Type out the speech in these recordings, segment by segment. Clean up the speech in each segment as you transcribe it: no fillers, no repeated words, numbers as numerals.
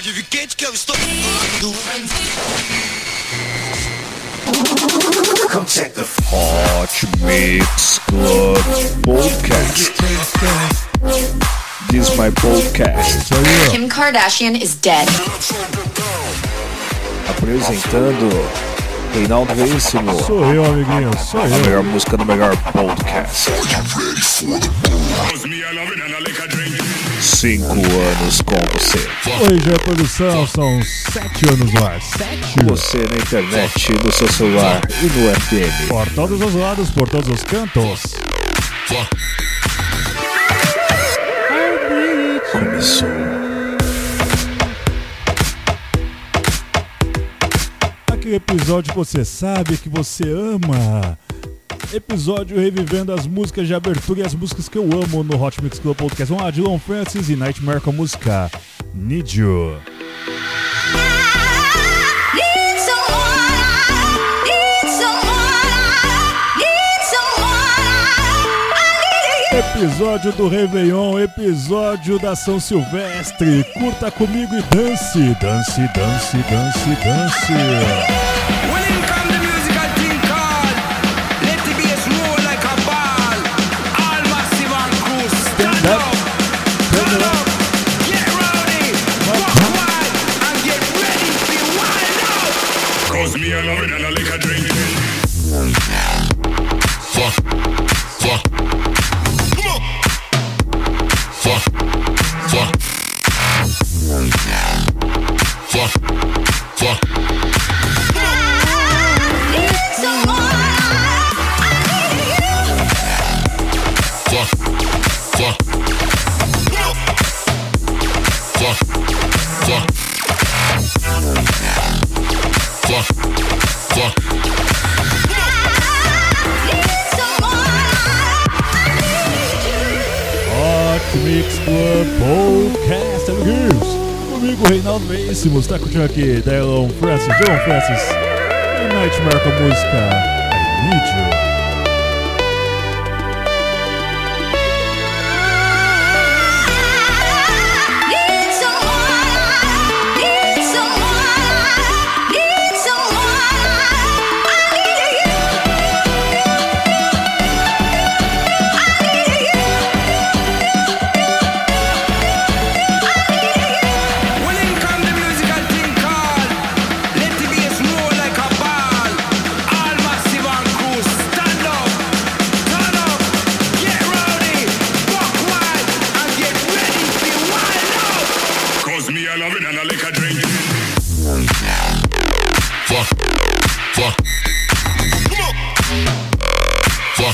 tive quente que eu estou. Hot Mix Club Podcast. This is my podcast. Kim Kardashian is dead. Apresentando Reinaldo Veríssimo. Sou eu, amiguinho, sou A eu. melhor música do melhor podcast. 5 anos com você. Oi, já produção, são 7 anos no ar. 7? Você na internet, no seu celular e no FM. Por todos os lados, por todos os cantos. Começou. Aquele episódio que você sabe, que você ama. Episódio revivendo as músicas de abertura e as músicas que eu amo no Hot Mix Club Podcast. Vamos lá, Dylan Francis e Nightmare com a música Need You. Episódio do Réveillon, episódio da São Silvestre. Curta comigo e dance, dance, dance, dance, dance. Me a loving and a liquor drinking. Fuck. Come on. Fuck. Hot Mix Club Podcast, amigos. Comigo, Reinaldo Veríssimo. Está curtindo aqui Dylan Francis e Nightmare com a música I Need You. Me a loving and a liquor drinking. Fuck. Come on. Fuck.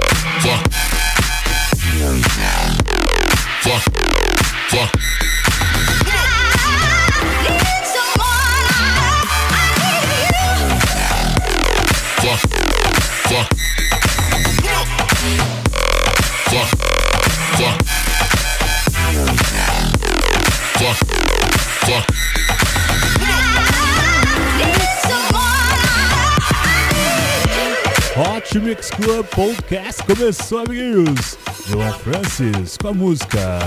Hot Mix Club Podcast começou, amiguinhos. Dylan Francis com a música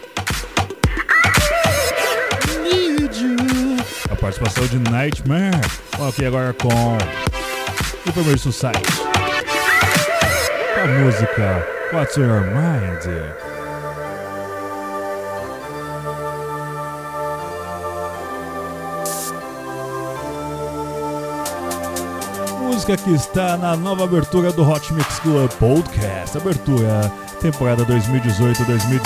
Need You. A participação de Nightmare. Vamos aqui agora com Information Society. Com a música What's on Your Mind. Música que está na nova abertura do Hot Mix Club Podcast. Abertura, temporada 2018-2019.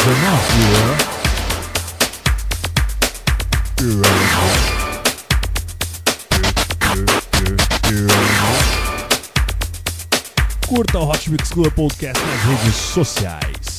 Curta o Hot Mix Club Podcast nas redes sociais.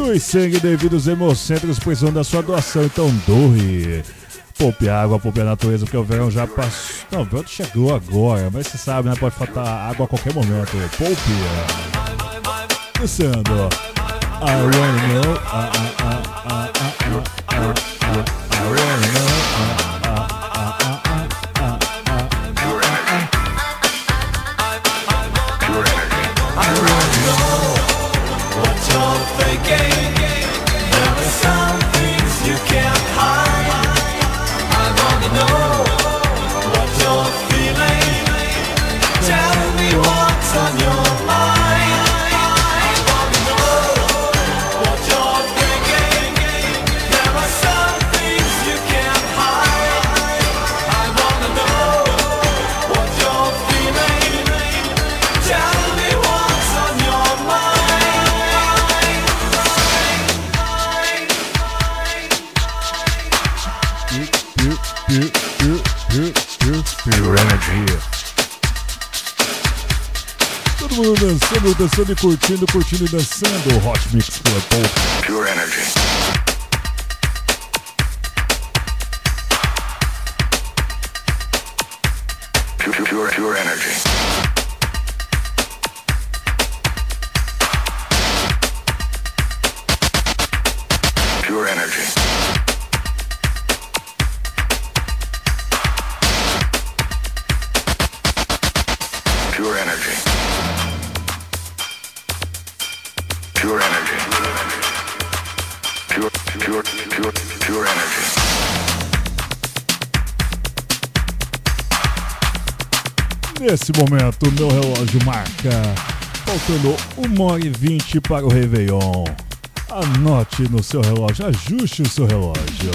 Doe sangue devido aos hemocentros precisando da sua doação, então doe. Poupe água, poupe a natureza, porque o verão já passou. Não, o verão chegou agora, mas você sabe, né? Pode faltar água a qualquer momento. Poupe. Começando. I wanna know. I wanna know. Pure Energy. Todo mundo dançando e curtindo e dançando. Hot Mix Club. Pure Energy. Pure Energy. Pure Energy. Pure Energy. Pure Energy. Pure Energy. Nesse momento, meu relógio marca faltando 1h20 para o Réveillon. Anote no seu relógio, ajuste o seu relógio.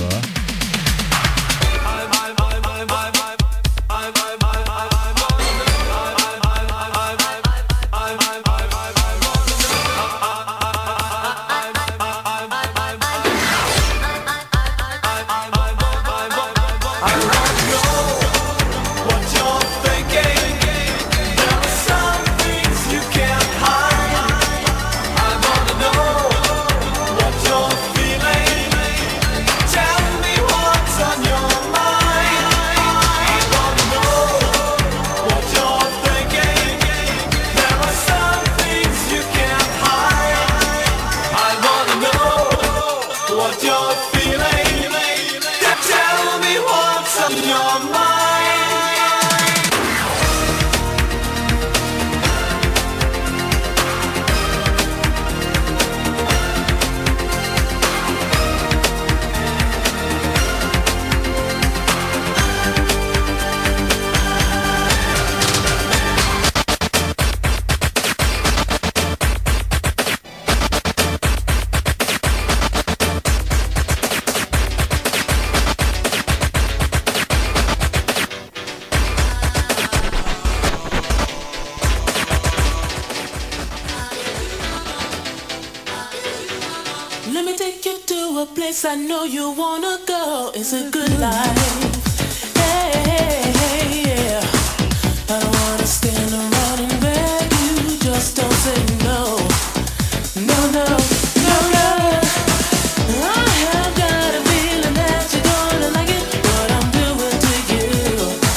I know you wanna go. It's a good life. Hey, hey, hey, yeah. I don't wanna stand around and beg you. Just don't say no. No, no, no, no. I have got a feeling that you're gonna like it. What I'm doing to you.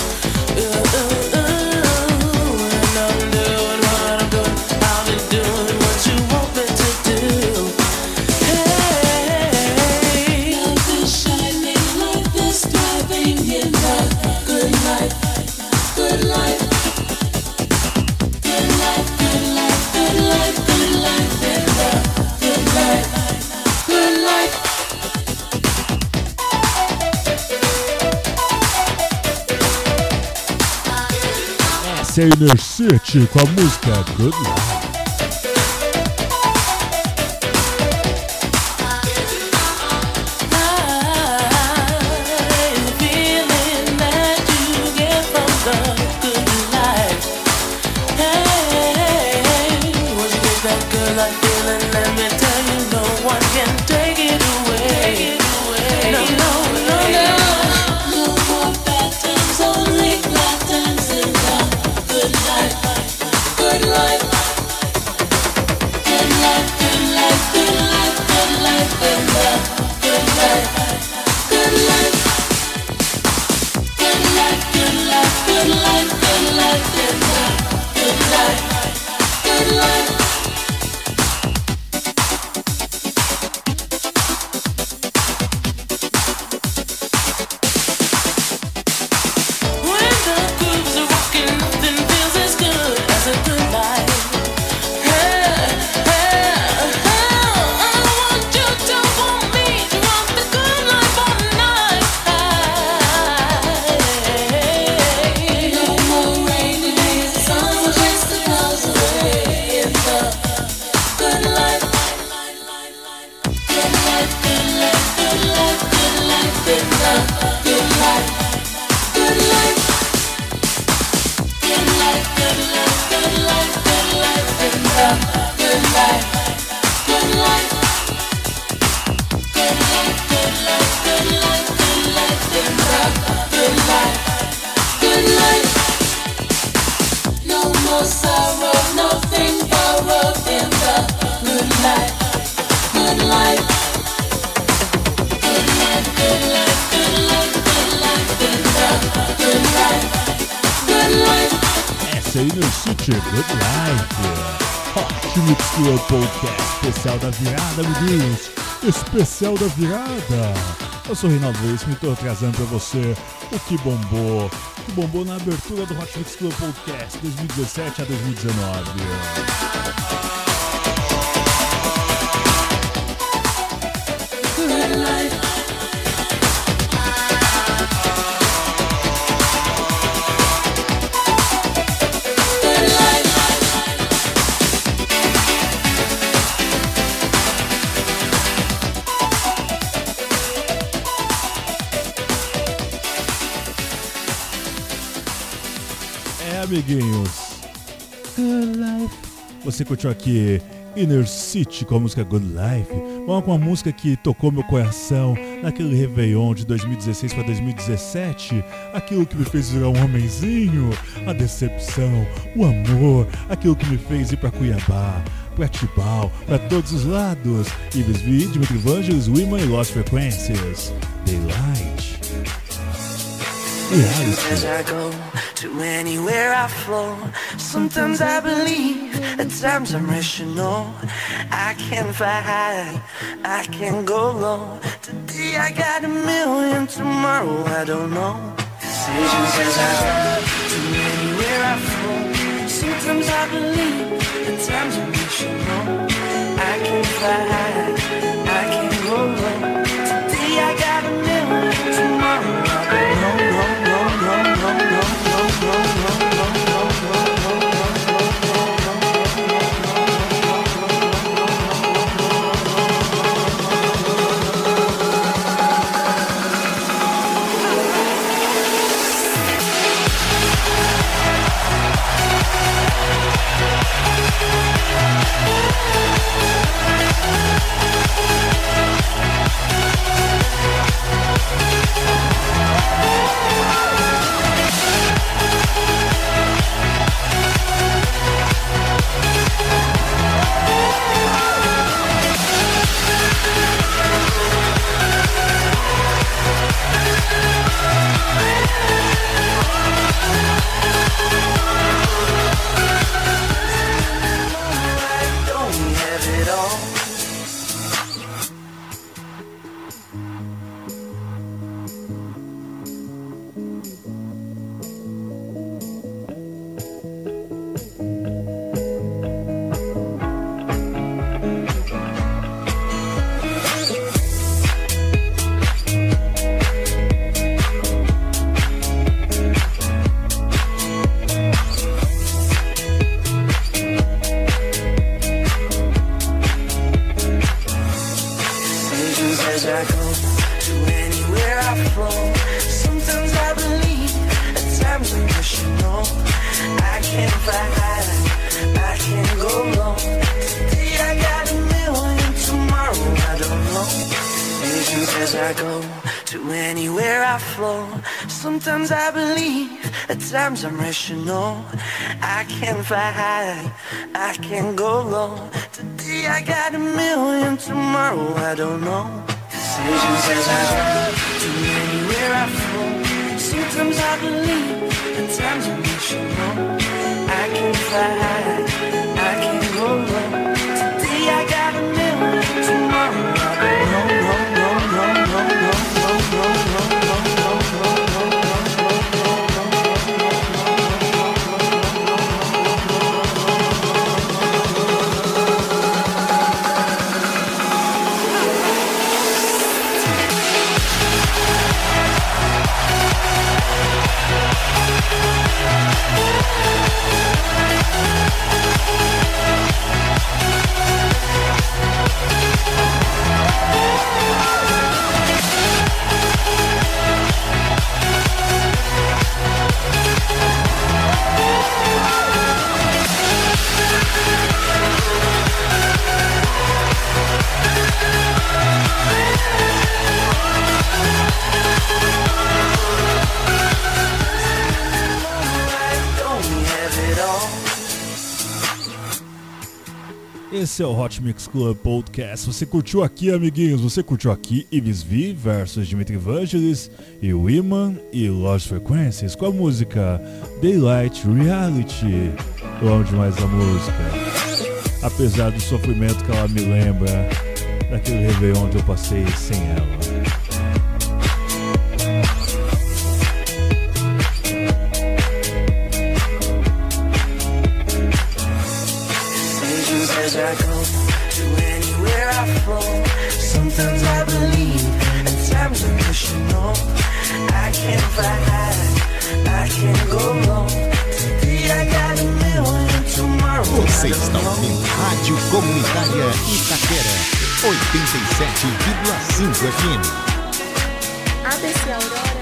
And I'm doing what I'm doing. I'll be doing what you want me to do. Essa é a Inner City com a música Good Life. Good life. Essa aí no City Good Life. Hot Mix Club Podcast, especial da virada, amiguinhos. Especial da virada. Eu sou o Reinaldo Veríssimo e estou trazendo para você o que bombou na abertura do Hot Mix Club Podcast 2017 a 2019. Amiguinhos, Good Life. Você curtiu aqui Inner City com a música Good Life? Vamos com uma música que tocou meu coração naquele Réveillon de 2016 para 2017. Aquilo que me fez virar um homenzinho, a decepção, o amor, aquilo que me fez ir para Cuiabá, para Tibau, para todos os lados. Ives V, Dimitri Vangelis, Women e Lost Frequencies. Daylight. As I go to anywhere I flow, sometimes I believe, at times I'm rational. I can fly high, I can go low. Today I got a million, tomorrow I don't know. Decisions as I go to anywhere I flow, sometimes I believe, at times I'm rational. I can fly high, I can go low. Today I got a million, tomorrow I don't know. Sometimes I believe, at times I'm rational. I can fly high, I can go low. Today I got a million, tomorrow I don't know. Decisions as I go to anywhere I flow. Sometimes I believe, at times I'm rational. I can fly high, I can go low. Today I got a million, tomorrow I don't know. Esse é o Hot Mix Club Podcast. Você curtiu aqui, amiguinhos? Você curtiu aqui Yves V versus Dimitri Vangelis e Wiman e Lost Frequencies com a música Daylight Reality. Eu amo demais a música, apesar do sofrimento que ela me lembra daquele Réveillon onde eu passei sem ela. As I go to anywhere I flow, sometimes I believe, at times I wish you know I can't fly high, I can't go low. Today I got a million, tomorrow. Você está ouvindo Rádio Comunitária Itaquera 87,5 FM. ABC Aurora.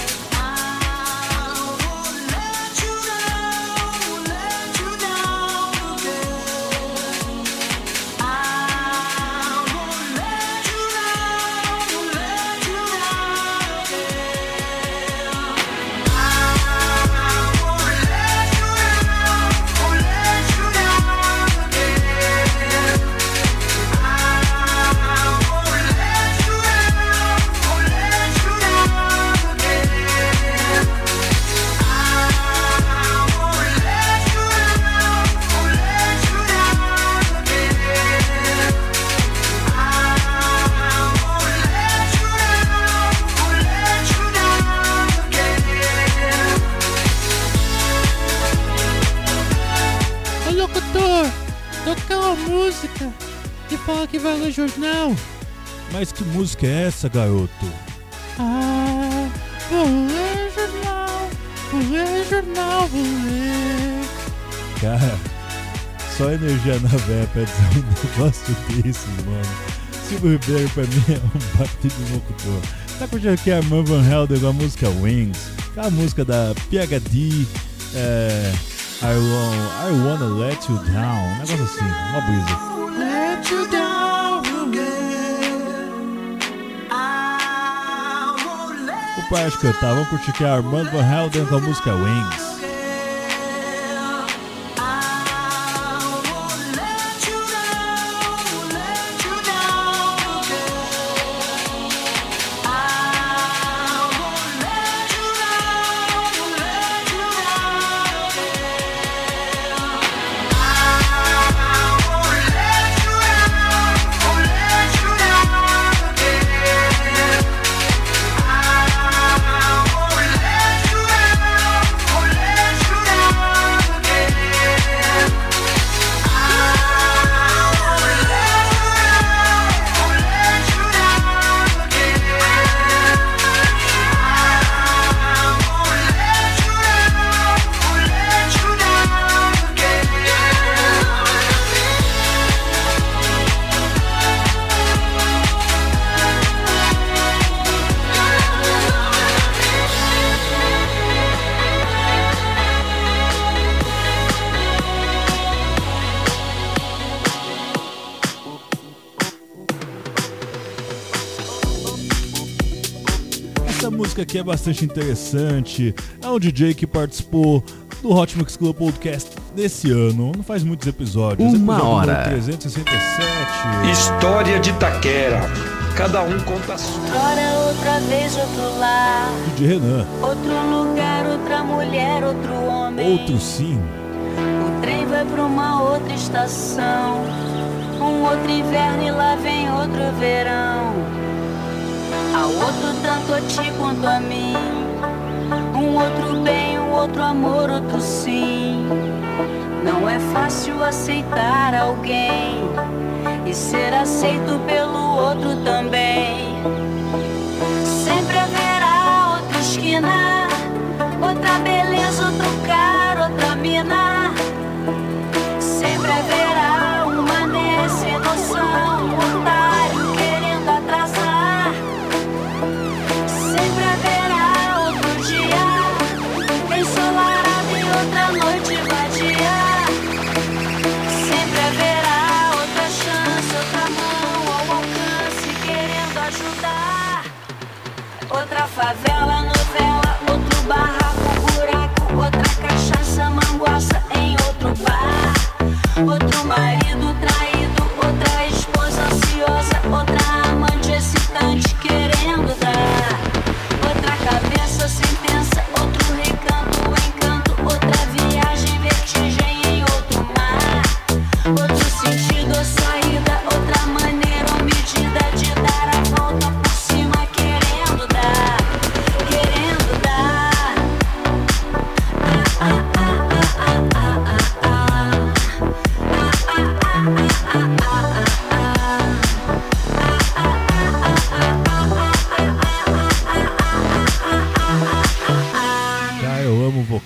Música que fala que vai ler jornal. Mas que música é essa, garoto? Ah, vou ler jornal, vou ler. Cara, só energia na véia pra dizer um negócio desses, mano. Silvio Ribeiro pra mim é um batido de locutor. Tá curtindo aqui a Armand Van Helden com a música Wings, que é a música da PhD, I Wanna Let You Down, um negócio assim, uma brisa. Let you down O pai de cantar, vamos curtir aqui a Armand Van Helden com a música Wings. Essa música aqui é bastante interessante. É um DJ que participou do Hot Mix Club Podcast desse ano. Não faz muitos episódios. Uma hora. 367. História de Itaquera. Cada um conta a sua. Agora outra vez, outro lar. De Renan. Outro lugar, outra mulher, outro homem. Outro sim. O trem vai pra uma outra estação. Um outro inverno e lá vem outro verão. Há outro tanto a ti quanto a mim. Um outro bem, um outro amor, outro sim. Não é fácil aceitar alguém e ser aceito pelo outro também. Sempre haverá outra esquina, outra beleza, outro cara, outra mina. Sempre haverá uma nessa noção, um otário querendo atrasar. Sempre haverá outro dia ensolarado e outra noite vadia. Sempre haverá outra chance, outra mão ao alcance querendo ajudar. Outra favela, novela, outro barraco, buraco, outra cachaça, manguaça em outro bar. Outro marido traído,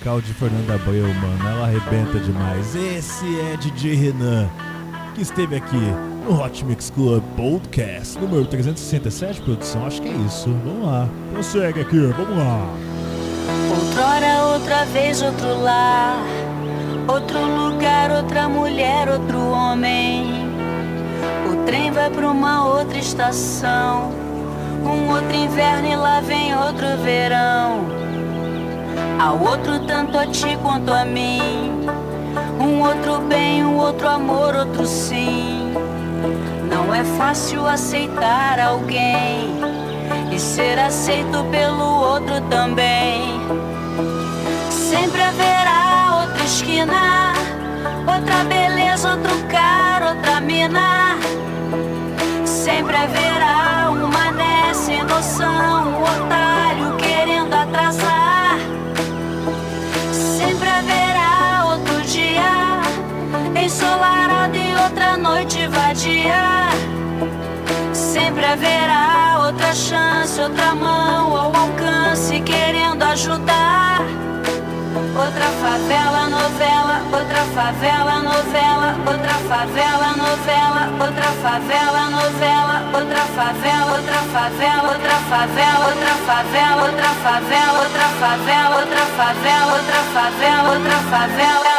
musical de Fernanda Abreu, mano. Ela arrebenta demais. Esse é DJ Renan, que esteve aqui no Hot Mix Club Podcast, número 367, produção. Acho que é isso. Vamos lá. Prossegue aqui, vamos lá. Outrora, outra vez, outro lar, outro lugar, outra mulher, outro homem. O trem vai pra uma outra estação, um outro inverno e lá vem outro verão. Há outro tanto a ti quanto a mim, um outro bem, um outro amor, outro sim. Não é fácil aceitar alguém e ser aceito pelo outro também. Sempre haverá outra esquina, outra beleza, outro cara, outra mina. Sempre haverá um mané sem noção, um otário querendo atrasar. Sempre haverá outro dia ensolarado e outra noite vadia. Sempre haverá outra chance, outra mão ao alcance querendo ajudar. Outra favela, novela, outra favela, novela, outra favela, novela, outra favela, novela, outra favela, outra favela, outra favela, outra favela, outra favela, outra favela, outra favela, outra favela, outra favela.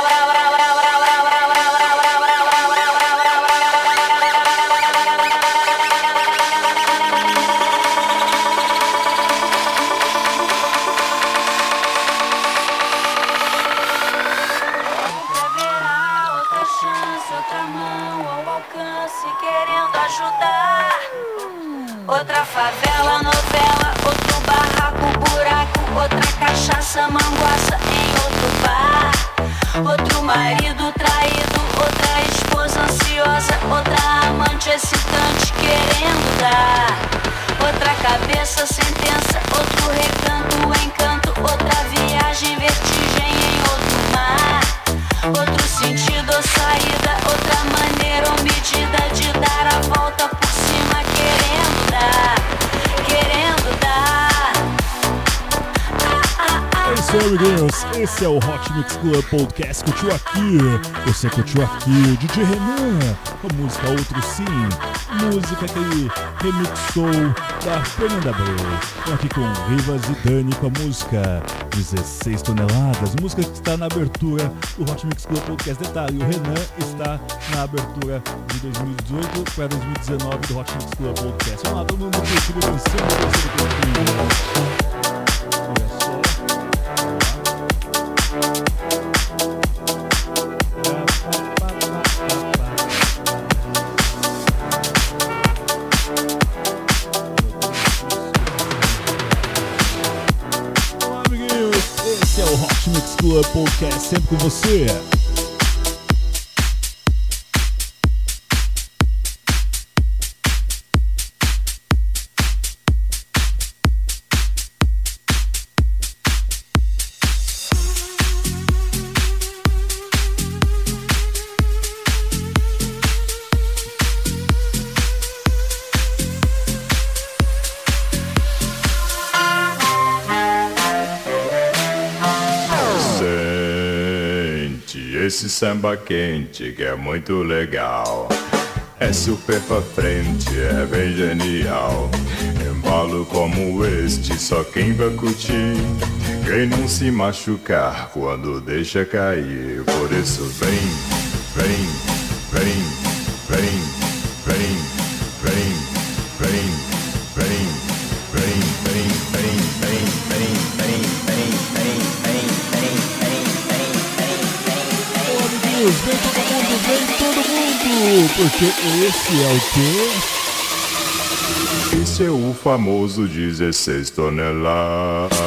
Outra favela, novela, outro barraco, buraco, outra cachaça, manguaça em outro bar. Outro marido traído, outra esposa ansiosa, outra amante excitante querendo dar. Outra cabeça, sentença, outro recanto, encanto, outra viagem, vertigem em outro mar. Outro sentido ou saída, outra maneira ou medida de dar a volta por cima querendo dar, querendo dar. É isso aí, amiguinhos. Esse é o Hot Mix Club Podcast. Curtiu aqui? Você curtiu aqui? DJ Renan, com a música Outro Sim, música que ele remixou da Fernanda Abreu. Estou aqui com Rivas e Dani com a música 16 toneladas, música que está na abertura do Hot Mix Club Podcast. Detalhe, o Renan está na abertura de 2018 para 2019 do Hot Mix Club Podcast. Vamos lá, todo mundo curtindo, dançando, Hot Mix Club Podcast, sempre com você. Esse samba quente que é muito legal, é super pra frente, é bem genial. Embalo como este, só quem vai curtir, quem não se machucar quando deixa cair. Por isso vem, vem, vem, vem, vem, vem, vem, vem, vem, vem, vem, vem, vem, vem, vem, vem, vem, vem todo mundo, porque esse é o quê? Esse é o famoso 16 toneladas.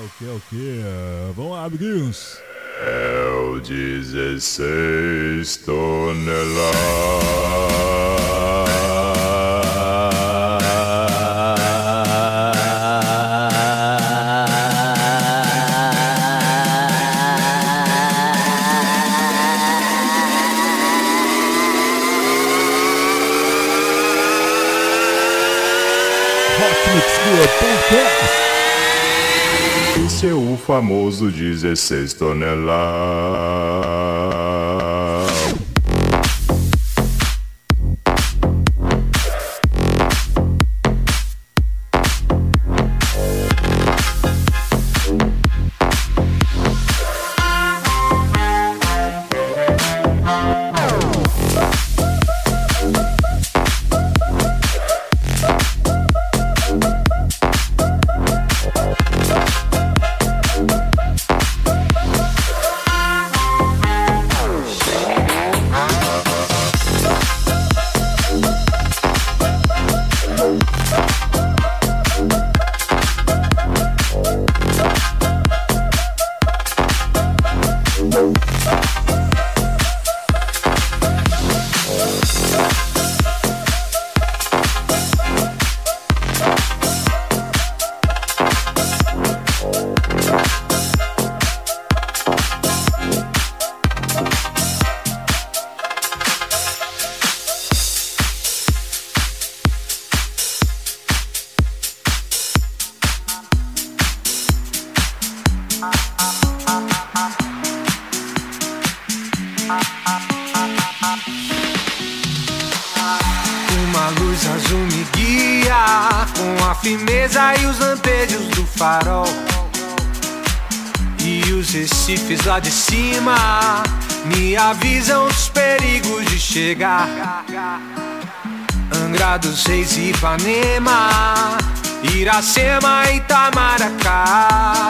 Ok. Vamos lá, amiguinhos. É o 16 toneladas. Hot Mix Club Podcast. Esse é o famoso 16 toneladas. Uma luz azul me guia com a firmeza e os lampejos do farol. E os recifes lá de cima me avisam dos perigos de chegar. Angra dos Reis, Ipanema, Iracema e Itamaracá.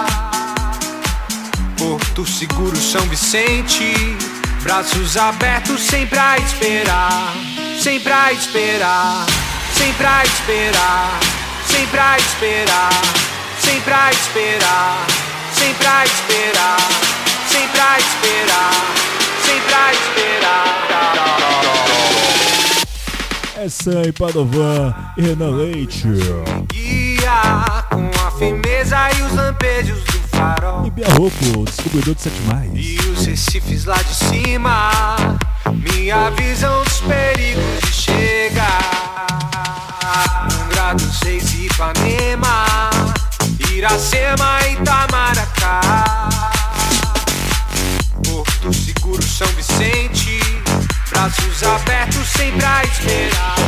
Porto Seguro, São Vicente, braços abertos sempre a esperar. Sempre a esperar, sempre a esperar, sempre a esperar, sempre a esperar, sempre a esperar, sempre a esperar, sempre a esperar. É Sam Padovan e Renan Leite. Guia com a firmeza e os lampejos do farol. E Biarroco, descobridor de 7 mais. E os recifes lá de cima me avisam dos perigos de chegar. Angra dos Reis, Ipanema, Iracema e Itamaracá. Porto Seguro, São Vicente, braços abertos sempre a esperar.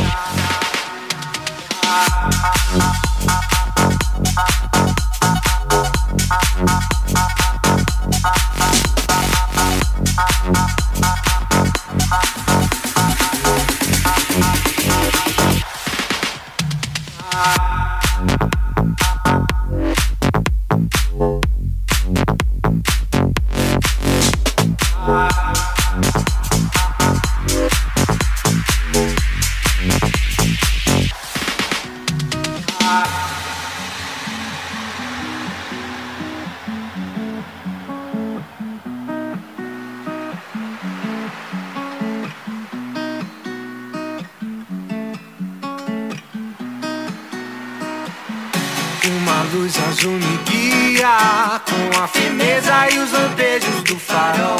Uma luz azul me guia com a firmeza e os lampejos do farol.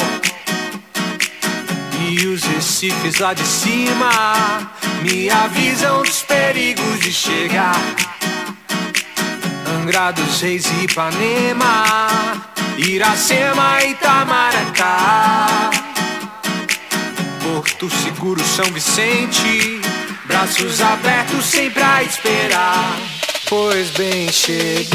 E os recifes lá de cima me avisam dos perigos de chegar. Angra dos Reis, Ipanema, Iracema e Itamaracá. Porto Seguro, São Vicente, braços abertos sempre a esperar. Pois bem, cheguei,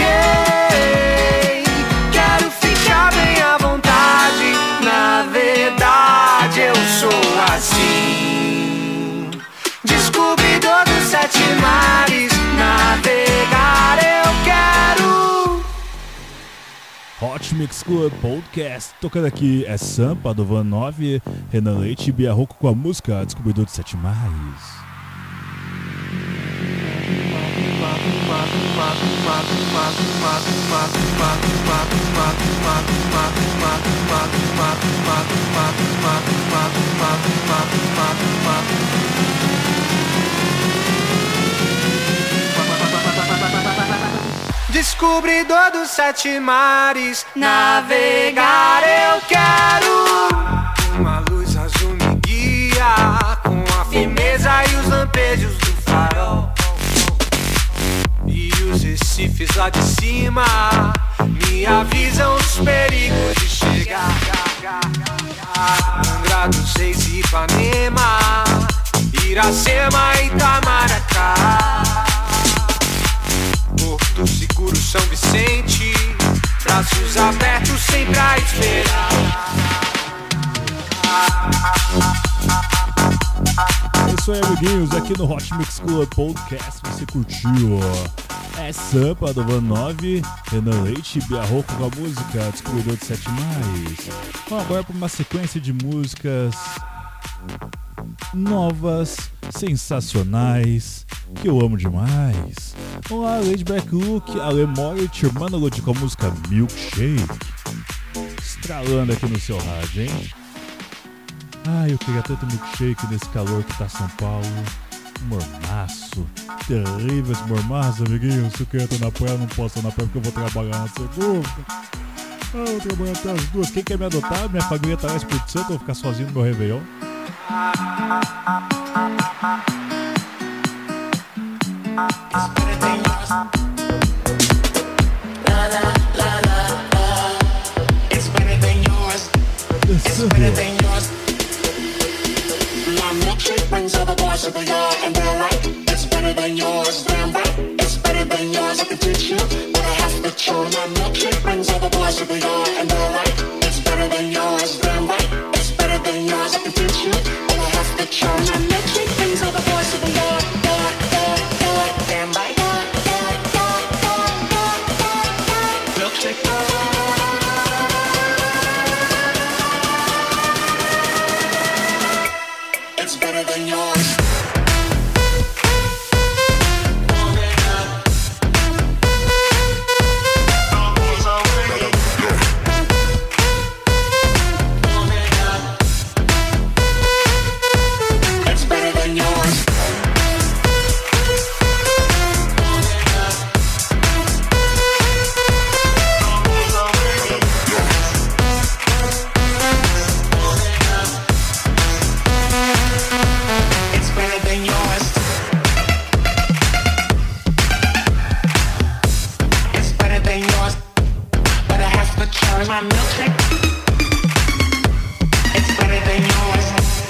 quero ficar bem à vontade. Na verdade eu sou assim, descobridor dos 7 mares. Navegar eu quero. Hot Mix Club Podcast. Tocando aqui é Sam Padovan 9, Renan Leite e Biarroco com a música Descobridor de 7 mais. Descobridor dos 7 mares, navegar eu quero. Uma luz azul me guia, com a firmeza e os lampejos do farol. E os recifes lá de cima me avisam dos perigos de chegar. Angra dos Reis e Ipanema, Iracema e Itamaracá. Porto Seguro, São Vicente, braços abertos sempre a esperar. É isso aí, amiguinhos, aqui no Hot Mix Club Podcast você curtiu É Sampa do Van 9, Renan Leite e Bia Rocco com a música Descobridor de 7 Mais. Vamos agora para uma sequência de músicas novas, sensacionais, que eu amo demais. Vamos lá, Laid Back Luke, Ale Morit, Mano Lodi com a música Milkshake. Estralando aqui no seu rádio, hein? Ai, eu queria tanto milkshake nesse calor que tá São Paulo. Mormaço, terrível esse mormaço, amiguinho. Se eu queria estar na praia, não posso estar na praia porque eu vou trabalhar na segunda. Eu vou trabalhar até as 2. Quem quer me adotar? Minha família tá lá em Espírito Santo, eu vou ficar sozinho no meu Réveillon. It's better than yours. It's better than yours. My milkshake brings all the boys to the yard and they're right. It's better than yours, damn right. It's better than yours, I can teach you, but I have to show. My milkshake brings all the boys to the yard and they're right. It's better than yours, damn right. It's better than yours, I can teach you, but I have to show. My milkshake brings all the boys to the yard, damn right. Milkshake. It's better than yours. My milkshake, it's better than yours.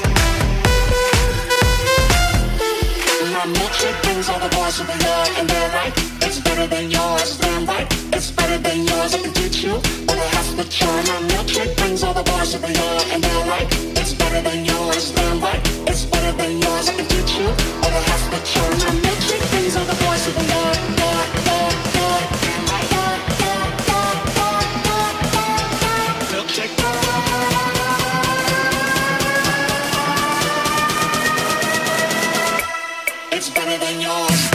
My milkshake brings all the boys to the yard and they're right. It's better than yours, damn right. It's better than yours, I can teach you, but I have to try. My milkshake brings all the boys to the yard and they're right. It's better than yours, damn right. It's better than yours, I can teach you, but I have to try. My milkshake brings all the boys to the yard, damn right. It's better than yours.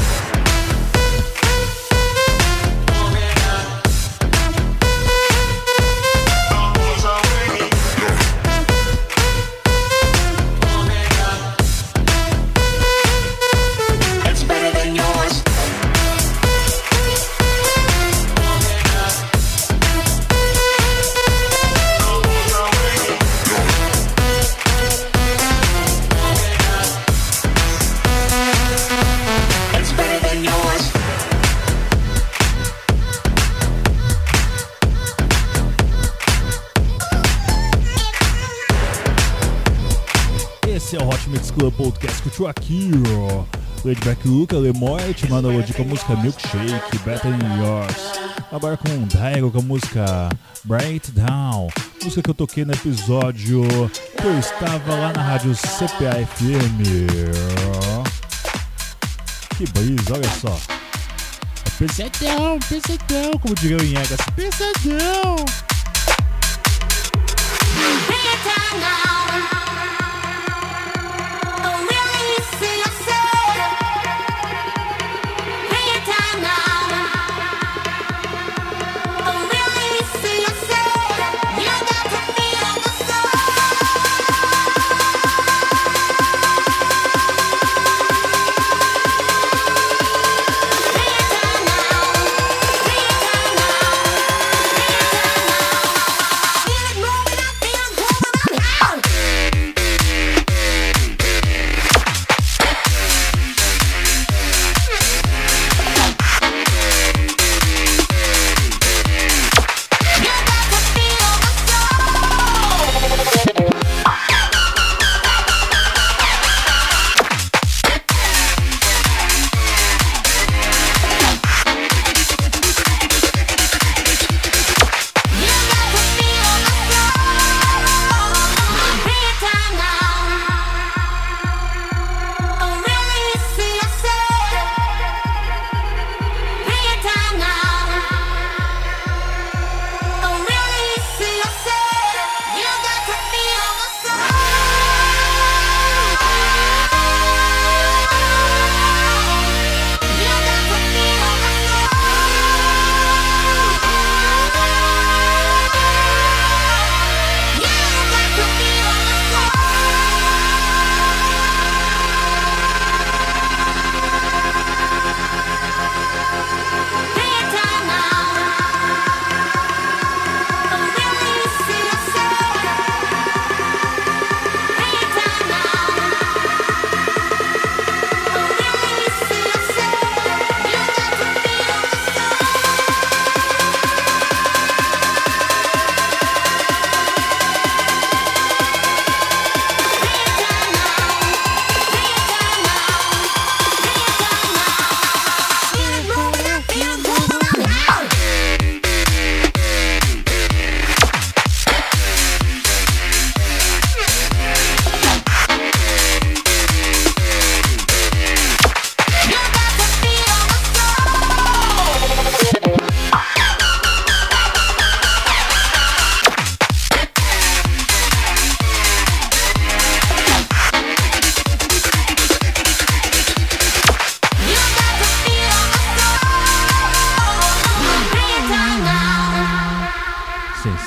It's better than yours. Esse é o Hot Mix Club Podcast, curtiu aqui, ó. Laid Back Luke, Ale Morit, Mano Lodi com a música Milkshake, Better Than Yours. Agora com Daigo com a música Breakdown, música que eu toquei no episódio que eu estava lá na rádio CPA-FM. Que brisa, olha só. É pesadão, pesadão, como diria o Inhegas, pesadão. Bring it down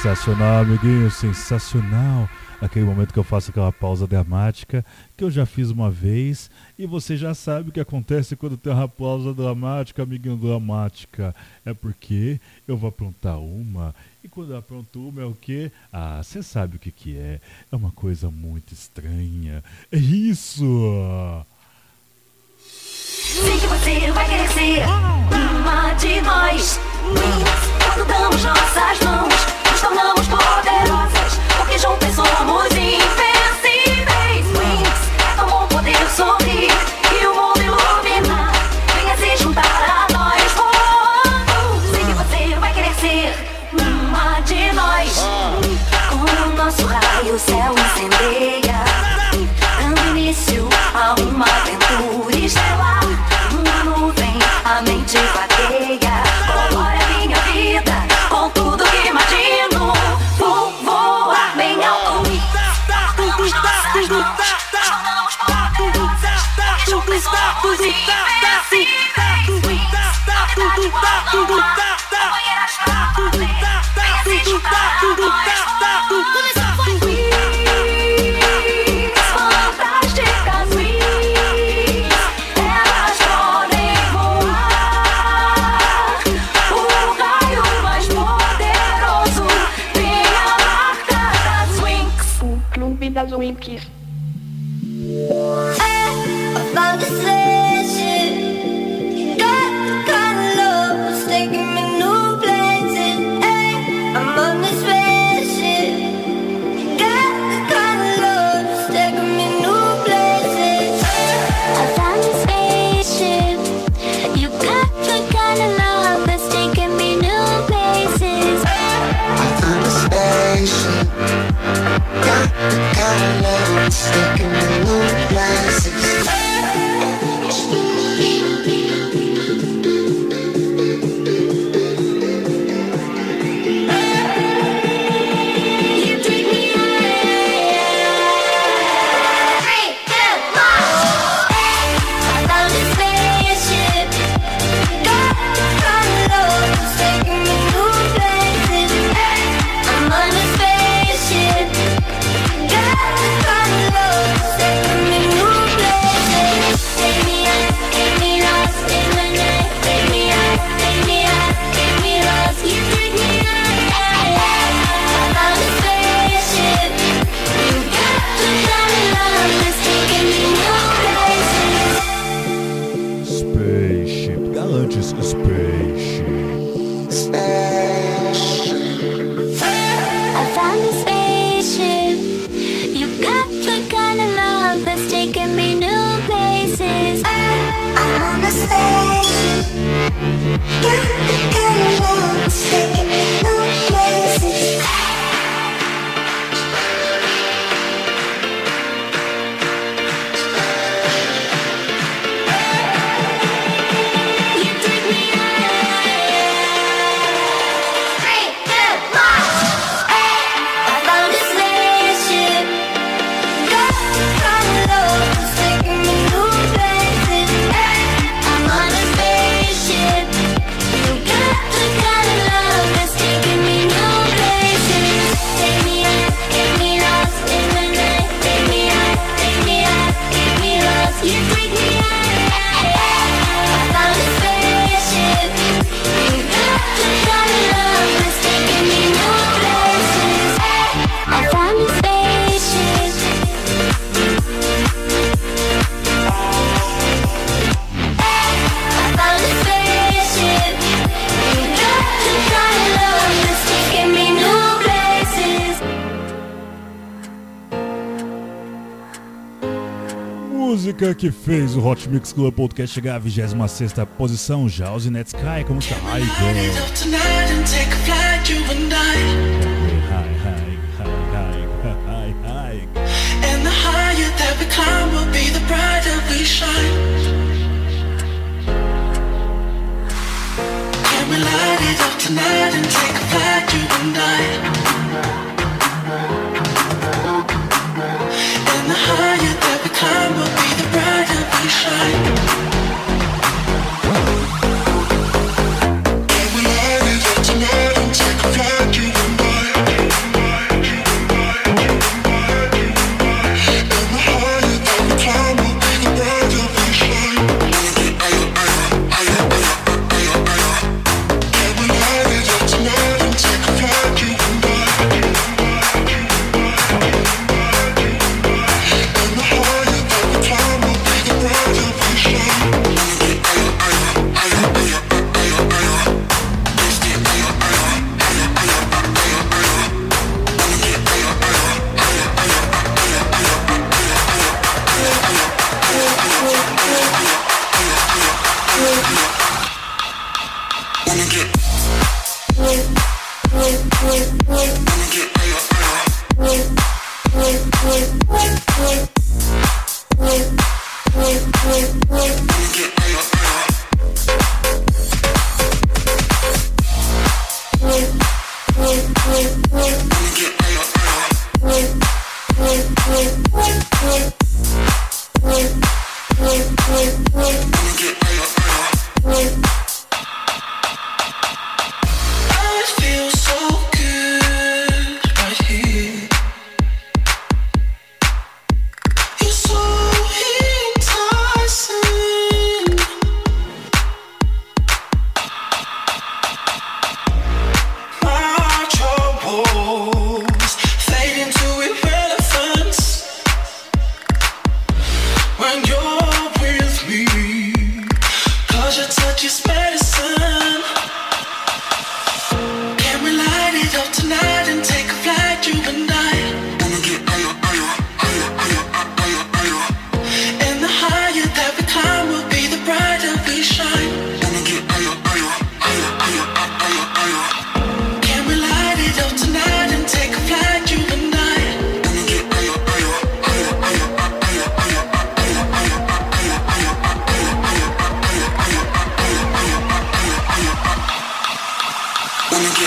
Sensacional, amiguinho, sensacional. Aquele momento que eu faço aquela pausa dramática, que eu já fiz uma vez, e você já sabe o que acontece quando tem uma pausa dramática, amiguinho dramática. É porque eu vou aprontar uma, e quando eu apronto uma é o quê? Ah, você sabe o que que é. É uma coisa muito estranha. É isso! Sei que você vai querer ser uma de nós. Quando damos nossas mãos, nos tornamos poderosas, porque juntas somos invencíveis. Wings, é tão bom poder sorrir e o mundo iluminar. Venha se juntar a nós voando. Sei que você vai querer ser uma de nós. Com o nosso raio o céu incendeia, dando início a uma aventura estelar. Uma nuvem, a mente vagueia, colore a minha vida com tudo que imagino. Vou voar bem alto. Damos nossas mãos, tornamos poderosas, porque juntos somos invencíveis. Novidade igual não há, companheiras pra valer. Venha se juntar a nós. Começou, foi. Fantásticas wings, elas podem voar. O raio mais poderoso tem a marca das Winx. O clube das Winx. I found a spaceship. Got the kind of love that's taking me new places. Hey, I'm on the spaceship. Got the kind of love that's taking me new places. I found a spaceship. You got the kind of love that's taking me new places. I found a spaceship. Got the kind of love that's taking me new places. Música que fez o Hot Mix Club Podcast chegar à 26ª posição, Jaws e Netsky, como está? Hi, And the higher that we climb will be the brighter we shine. Can we light it up tonight and take a flight, you and I? And the higher that we climb will be the brighter we shine. Can we light it up tonight and take a flight, you and I? when you're with me. 'Cause your touch is medicine. Can we light it up tonight and take a flight, you and I? Wanna get higher, higher, higher, higher, higher, higher. And the higher that we climb will be the brighter we shine. Wanna get higher, higher, higher, higher, higher, higher. Can we light it up tonight and take a flight, you and I? Wanna get higher, higher, higher, higher, higher, higher, higher, higher, higher, higher, higher, higher, higher, higher, higher. Wanna get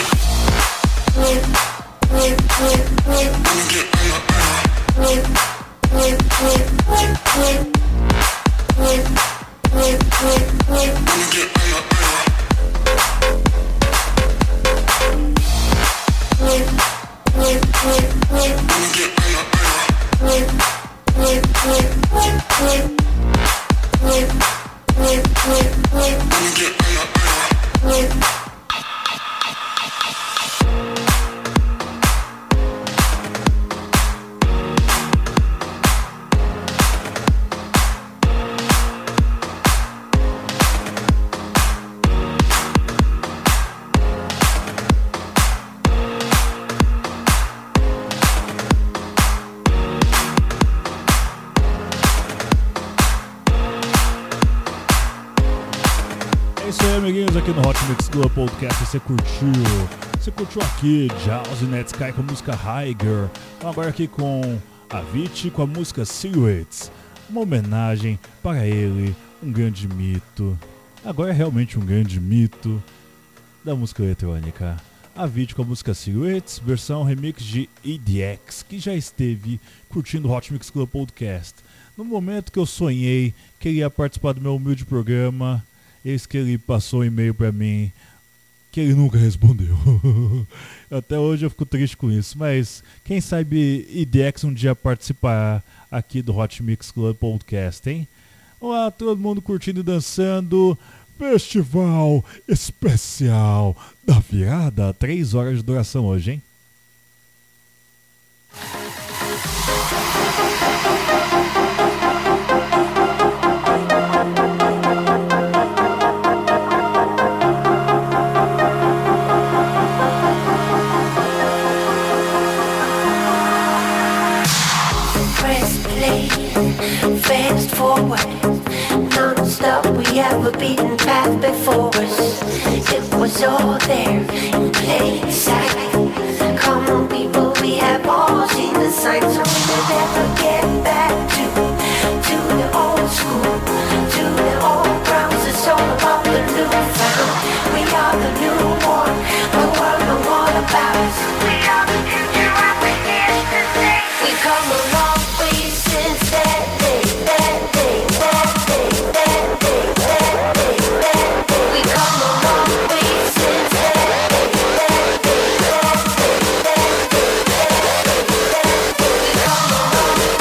É isso aí, amiguinhos, aqui no Hot Mix Club Podcast. Você curtiu aqui Jaws e Netsky com a música Higher. Agora aqui com Avicii com a música Silhouettes, uma homenagem para ele, um grande mito. Agora é realmente um grande mito da música eletrônica. Avicii com a música Silhouettes, versão remix de EDX, que já esteve curtindo o Hot Mix Club Podcast. No momento que eu sonhei que ele ia participar do meu humilde programa, eis que ele passou um e-mail pra mim que ele nunca respondeu. Até hoje eu fico triste com isso, mas quem sabe EDX um dia participar aqui do Hot Mix Club Podcast, hein? Olá, todo mundo curtindo e dançando. Festival especial da virada, 3 horas de duração hoje, hein? Fast forward, non-stop, we have a beaten path before us. It was all there in plain sight. Come on people, we have all seen the signs. So we'll never get back to the old school, to the old grounds. It's all about the new found. We are the newborn, the world know all about us. We are the future and we're here to stay. We come a long way since that day, that day, that day, that day, that day, that day. We come a long way since that day, that day, that day, that day, that day, that day. We come a long way.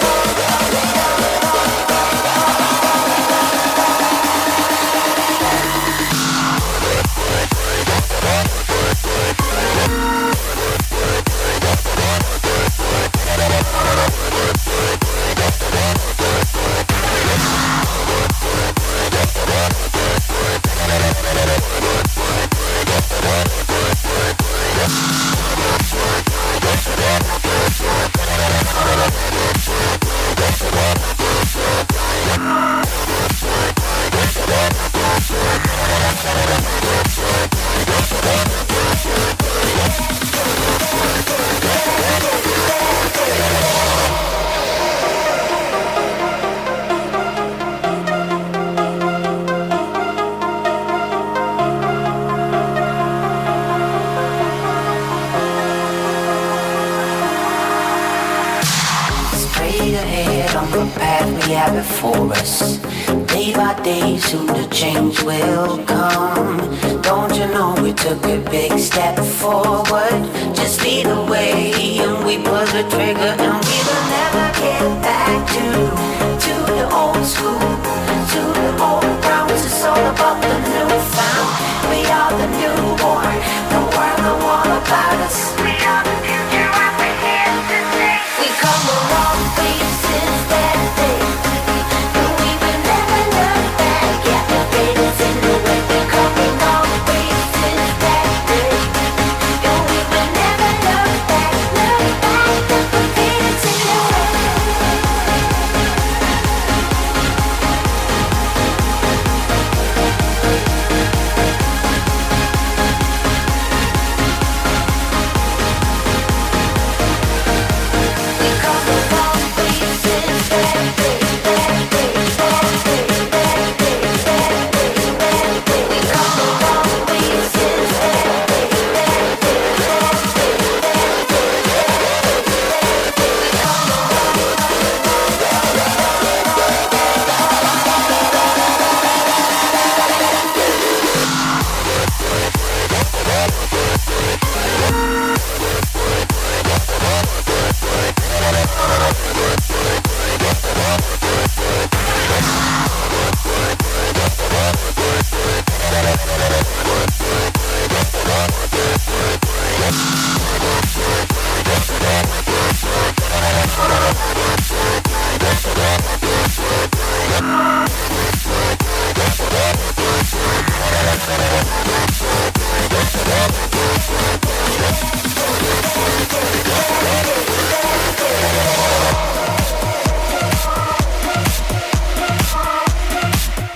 Before us, day by day, soon the change will come. Don't you know we took a big step forward? Just lead the way and we pull the trigger, and we will never get back to the old school, to the old grounds. It's all about the new found. We are the newborn, the world know all about us. We are the future and we're here to stay. We come a long way since that day.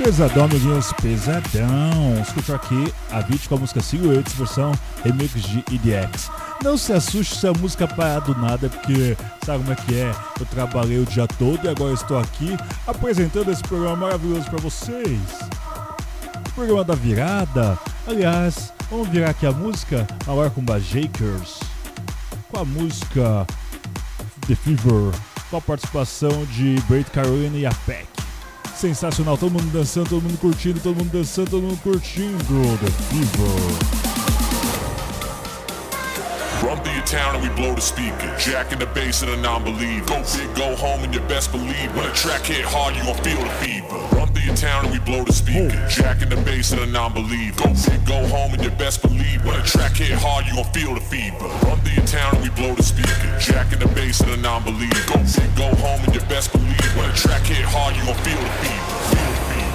Pesadão, amiguinhos, pesadão. Escutou aqui a Beat com a música Silhouettes, versão remix de EDX. Não se assuste se a música parar do nada, porque sabe como é que é? Eu trabalhei o dia todo e agora estou aqui apresentando esse programa maravilhoso para vocês. O programa da virada. Aliás, vamos virar aqui a música agora com a Jakers, com a música The Fever, com a participação de Braid Carolina e a Peck. Sensacional, todo mundo dançando, todo mundo curtindo, todo mundo dançando, todo mundo curtindo. The Fever. Run through your town and we blow the speaker. Jack in the bass of the non-believer. Go big, go home and you best believe. When a track hit hard, you gon' feel the fever. Run through your town and we blow the speaker. Jack in the bass of the non-believer. Go big, go home and you best believe. When a track hit hard, you gon' feel the fever. Run through your town and we blow the speaker. Jack in the bass of the non-believer. Go big, go home and you best believe. When a track hit hard, you gon' feel the fever. Feel the fever.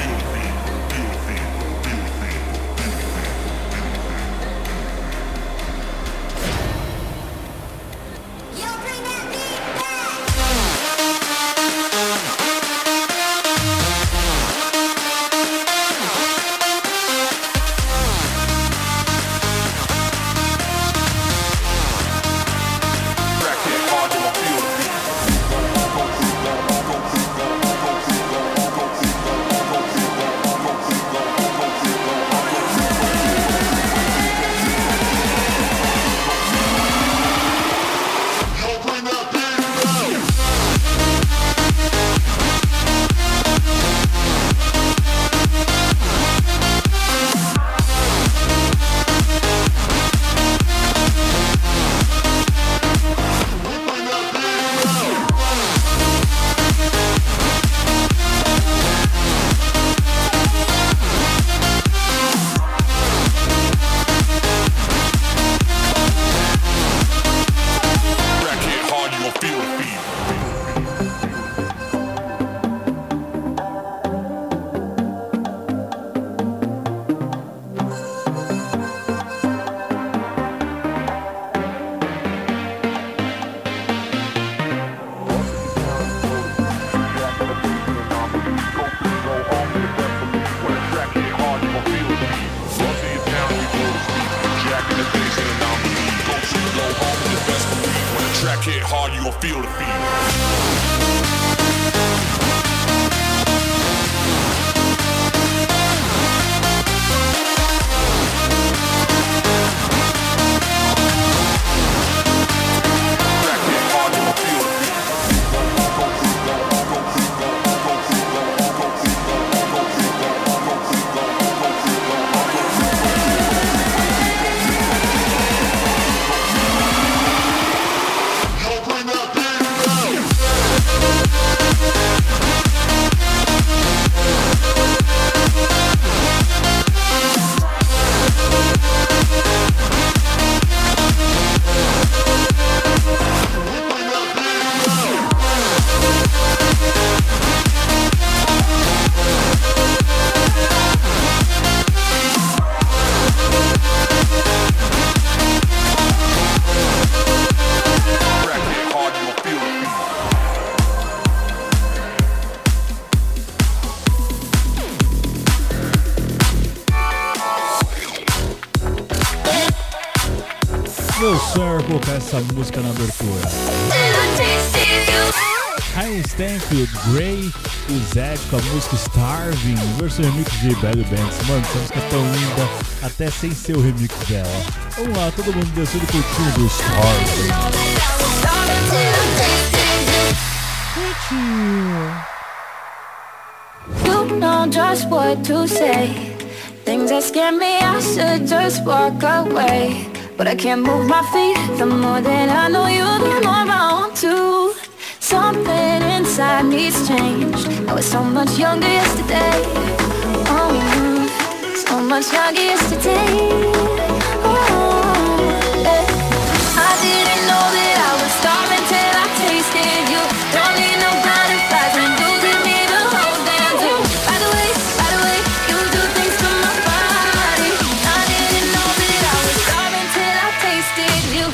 Meu sonho era colocar essa música na abertura. Ryan Stanfield, Gray e Zed com a música Starving, versão remix de Belly Bands. Mano, essa música é tão linda, até sem ser o remix dela. Vamos lá, todo mundo dançando curtindo Starving. You know just what to say. Things that scare me, I should just walk away. But I can't move my feet. The more that I know you, the more I want to. Something inside needs change. I was so much younger yesterday. Oh, so much younger yesterday. Oh, yeah. I didn't know that I was starving till I tasted you. Don't need no butterflies when you give me the whole damn thing. By the way, you do things to my body. I didn't know that I was starving till I tasted you.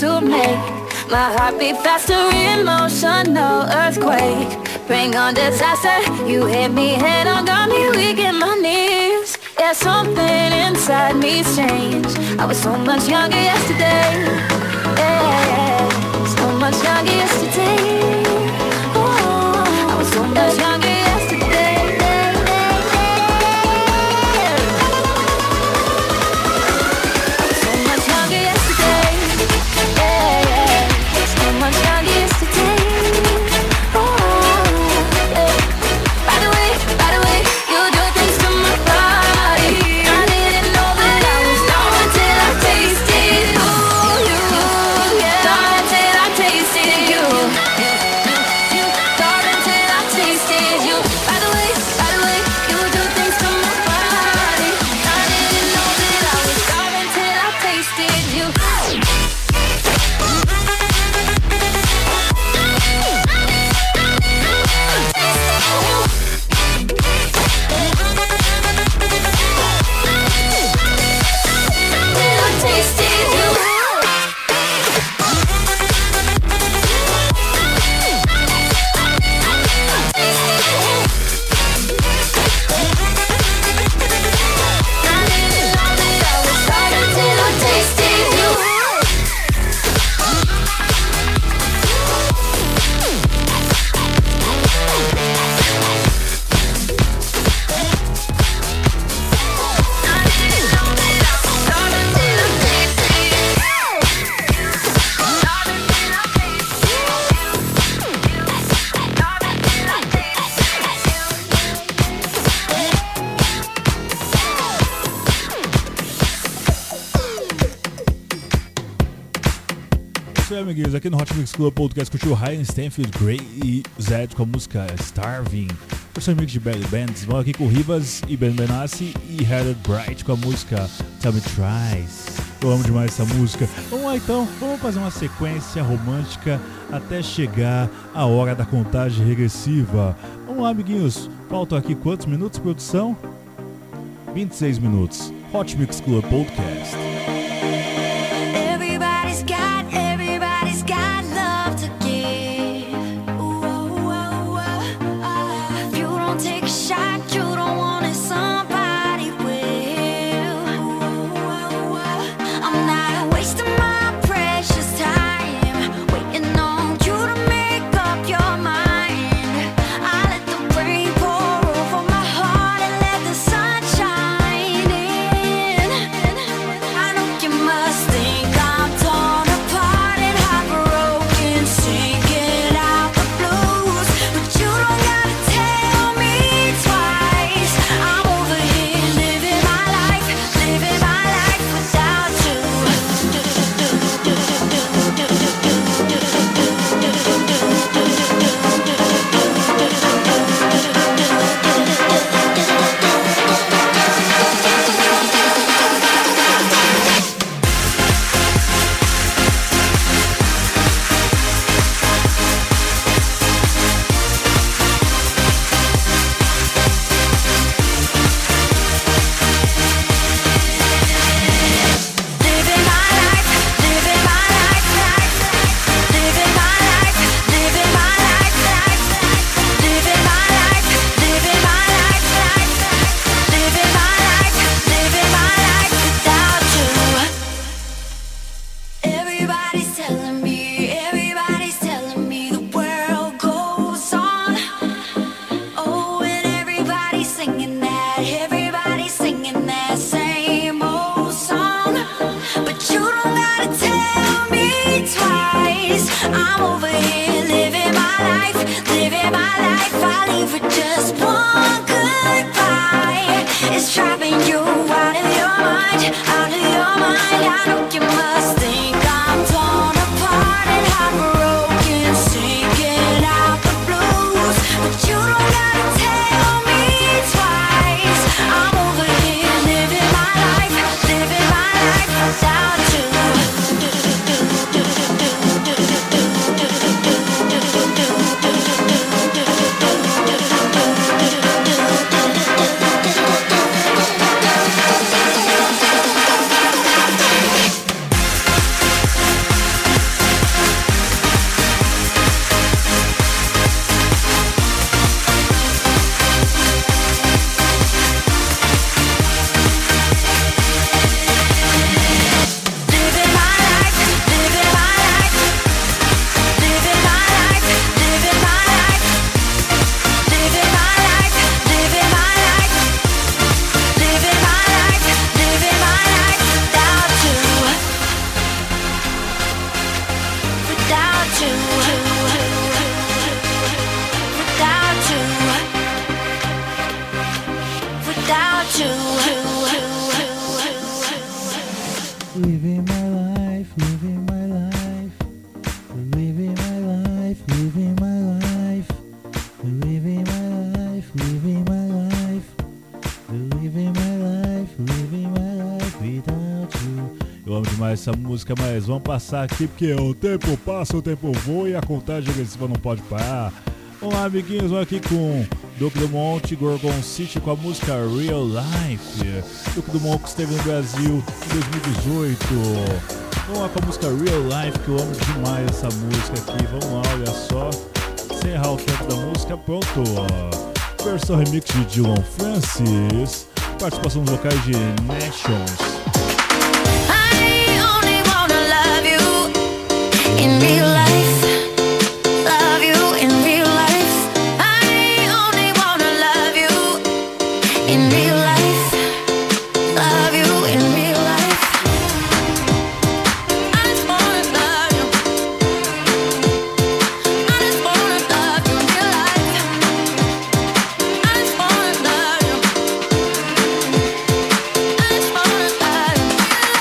to make my heart beat faster, emotional earthquake. Bring on disaster, you hit me head on, got me weak in my knees. Yeah, something inside me's changed. I was so much younger yesterday. Yeah, so much younger yesterday. Oh, I was so much younger yesterday. Amiguinhos, aqui no Hot Mix Club Podcast curtiu Ryan Stanfield, Gray e Zed com a música Starving. Versão remix de Belly Bands. Vamos aqui com Rivas e Ben Benassi e Headed Bright com a música Tell Me Tries. Eu amo demais essa música. Vamos lá então, vamos fazer uma sequência romântica até chegar a hora da contagem regressiva. Vamos lá, amiguinhos. Faltam aqui quantos minutos, produção? 26 minutos. Hot Mix Club Podcast. Everybody's got love to give. If you don't take a shot, you don't want it, somebody will. I'm not wasting my precious time waiting on you to make up your mind. I let the rain pour over my heart and let the sun shine in. I know you must think I'm torn apart and heartbroken, singing out the blues, but you don't gotta tell me twice. I'm over here living my life without you. Everybody's telling me the world goes on. Oh, and everybody's singing that same old song. But you don't gotta tell me twice. I'm over here living my life. I'll leave with just one goodbye. It's driving you out of your mind. I know you must think I'm torn apart and heartbroken, singing out the blues, but you don't gotta tell me twice. I'm over here living my life without you. Living my life, living my life, living my life, living my life, living my life, living my life, living my life, living my life without you. Eu amo demais essa música, mas vamos passar aqui porque o tempo passa, o tempo voa e a contagem regressiva não pode parar. Vamos lá, amiguinhos, vamos aqui com Duke Dumont, Gorgon City com a música Real Life. Duke Dumont que esteve no Brasil em 2018. Vamos lá com a música Real Life, que eu amo demais essa música aqui. Vamos lá, olha só. Sem errar o tempo da música, pronto. Versão remix de Dillon Francis. Participação dos vocais de Nations. I only wanna love you in real life. Love you in real life. I only wanna love you in real life. Love you in real life. I just wanna love you. I just wanna love you in real life. I just wanna love you. I just wanna love you.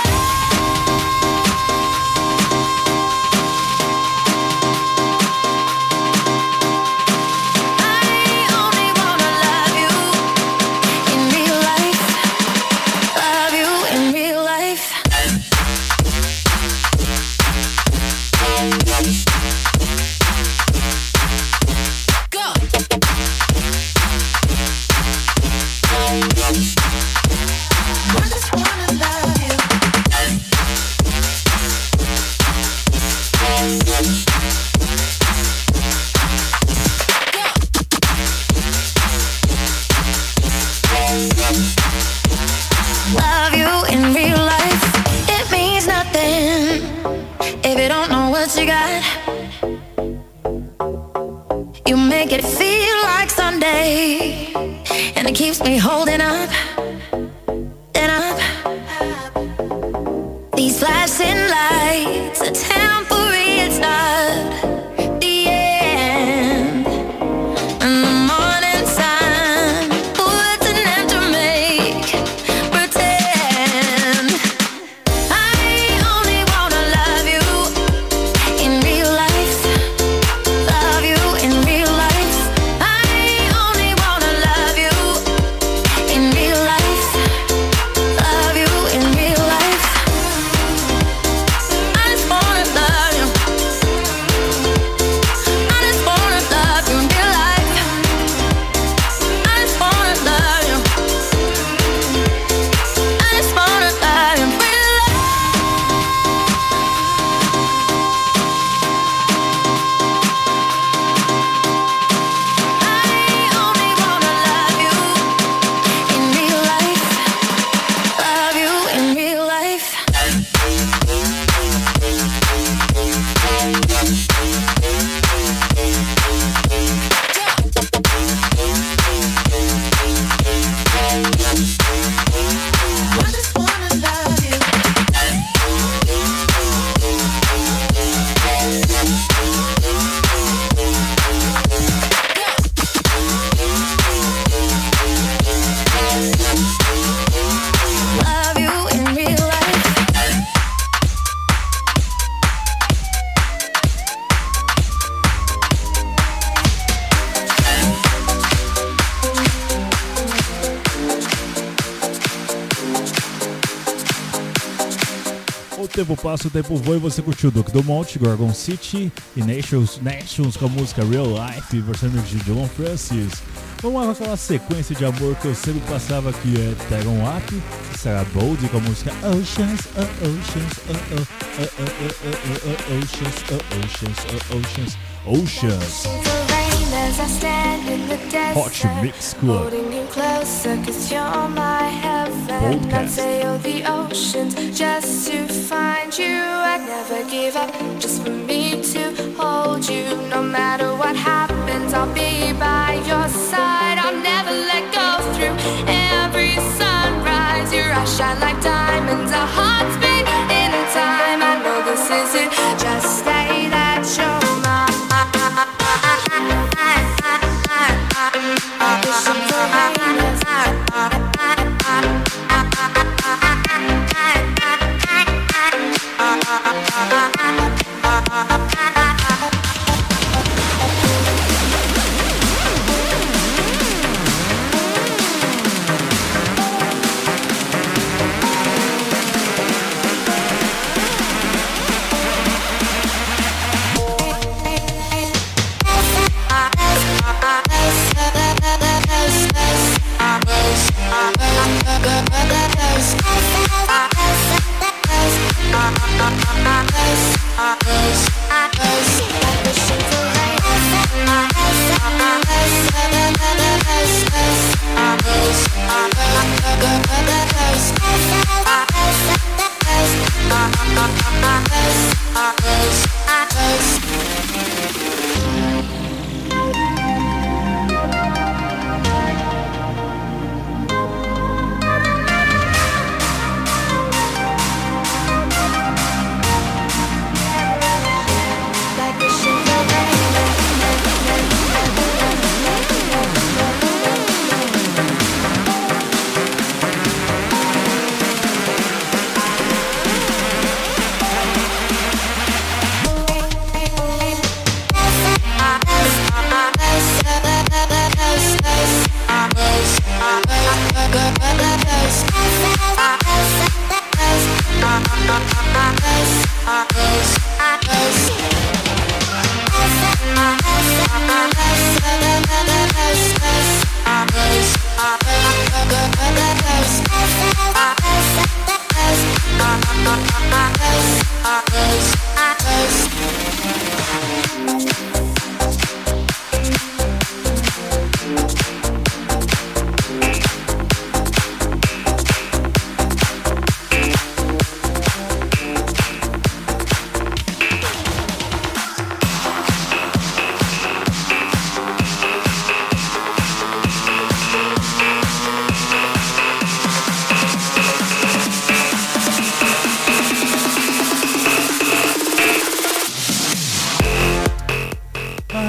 Love you in real life. It means nothing if you don't know what you got. You make it feel like Sunday, and it keeps me holding up and up. These flashing lights are temporary, it's not the end. And the morning sun puts an end to make pretend. I only wanna love you in real life. Love you in real life. I only wanna love you in real life. Love you in real life. I just wanna love you. I just wanna love you in real life. I just wanna love you. I just wanna love you in real life. I only wanna love you in real life. Love you in real life. I just wanna love you. Love you in real life. O tempo passa, o tempo voa e você curtiu Duke Dumont, Gorgon City e Nations com a música Real Life, versão de Dillon Francis. Vamos lá com aquela sequência de amor que eu sempre passava, que é Tegon Up, Sarah Bold com a música Oceans, Oceans, Oceans, Oceans. As I stand in the desert, Hot Mix Club. holding you closer 'cause you're my heaven. Podcast. I'd sail the oceans just to find you. I'd never give up just for me to hold you. No matter what happens, I'll be by your side. I'll never let go through every sunrise. Your eyes shine like diamonds, our hearts beat in time. I know this is it, just stay that you're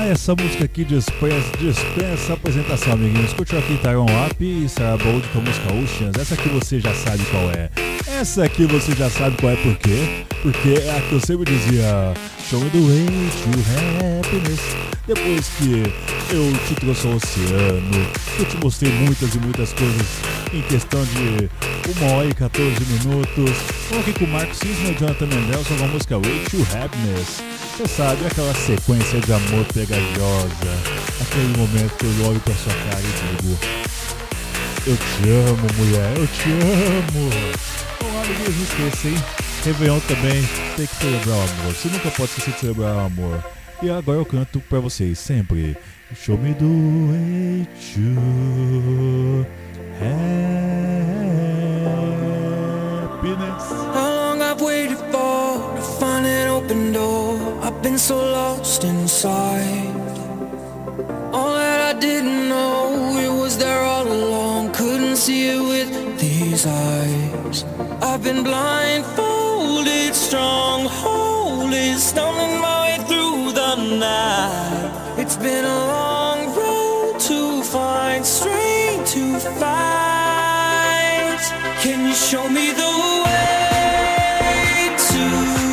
Essa música aqui dispensa apresentação, amiguinhos. Curtiu aqui Tyron Up e Sarah Bold com a música Oceans. Essa aqui você já sabe qual é. Essa aqui você já sabe qual é, por quê? Porque é a que eu sempre dizia: show me the way to happiness. Depois que eu te trouxe ao oceano, eu te mostrei muitas e muitas coisas em questão de 1 hora e 14 minutos. Vamos aqui com o Marcos Cisma e Jonathan Mendelson com a música Way to Happiness. Você sabe, aquela sequência de amor pegajosa, aquele momento que eu olho pra sua cara e digo: eu te amo, mulher, eu te amo. Bom, amiguinhos, não esqueça, hein? Réveillon também tem que celebrar o amor. Você nunca pode esquecer de celebrar o amor. E agora eu canto pra vocês sempre: show me the way to happiness. How long I've waited for to find an open door. I've been so lost inside. All that I didn't know, it was there all along. Couldn't see it with these eyes. I've been blindfolded, strongholded, stumbling my way through the night. It's been a long road to find strength to fight. Can you show me the way to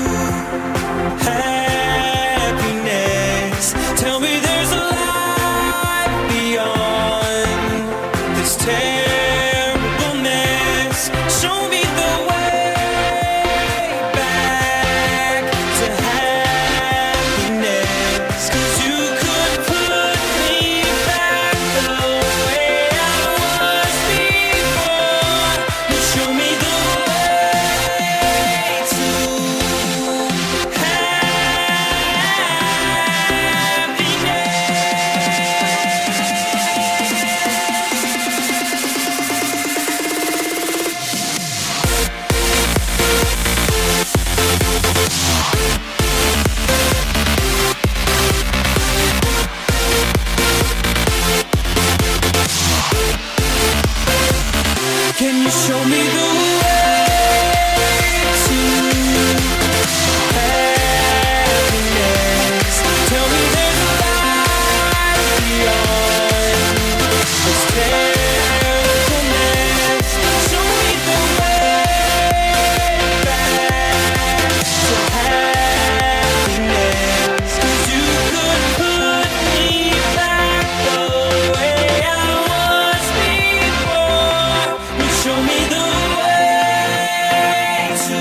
happiness? Tell me there's a life beyond this terribleness. Show me the way back to happiness. 'Cause you could put me back the way I was before. You show me the way to Can you show me the way to happiness? Tell me there's a life beyond this terribleness. Show me the way back to happiness. 'Cause you could put me back the way I was before. You show me the way to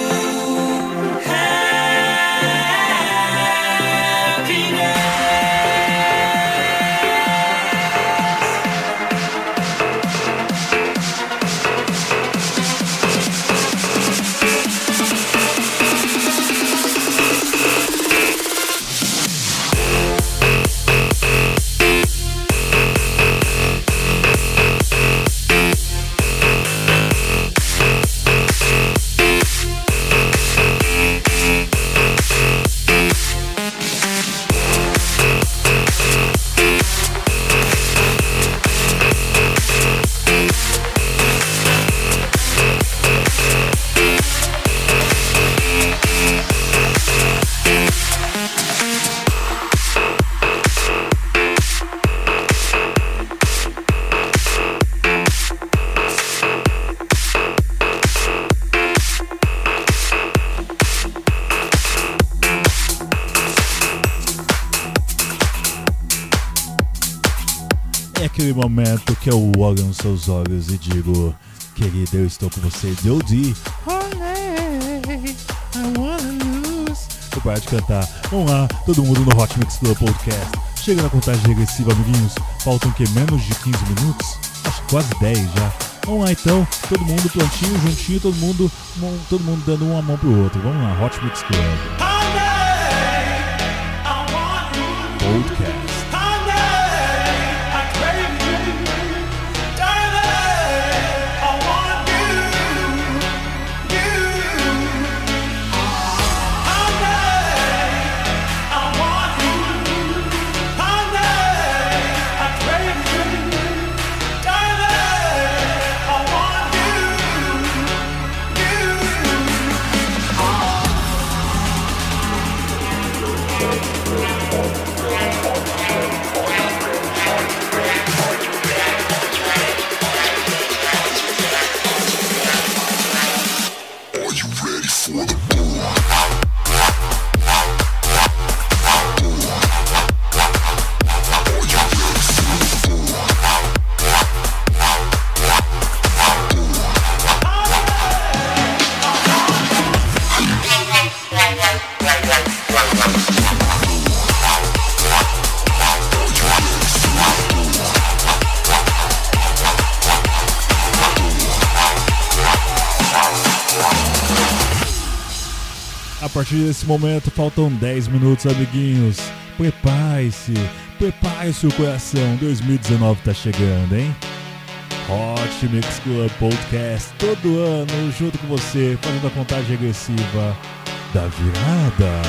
É aquele momento que eu olho nos seus olhos e digo: querida, eu estou com você. Deudi. Olé, I wanna lose. Vou parar de cantar. Vamos lá, todo mundo no Hot Mix Club Podcast. Chega na contagem regressiva, amiguinhos. Faltam que menos de 15 minutos? Acho que quase 10 já. Vamos lá então, todo mundo prontinho, juntinho, todo mundo dando uma mão pro outro. Vamos lá, Hot Mix Club Podcast. partir desse momento faltam 10 minutos, amiguinhos. Prepare-se, prepare-se o coração, 2019 tá chegando, hein? Hot Mix Club Podcast, todo ano, junto com você, fazendo a contagem regressiva da virada.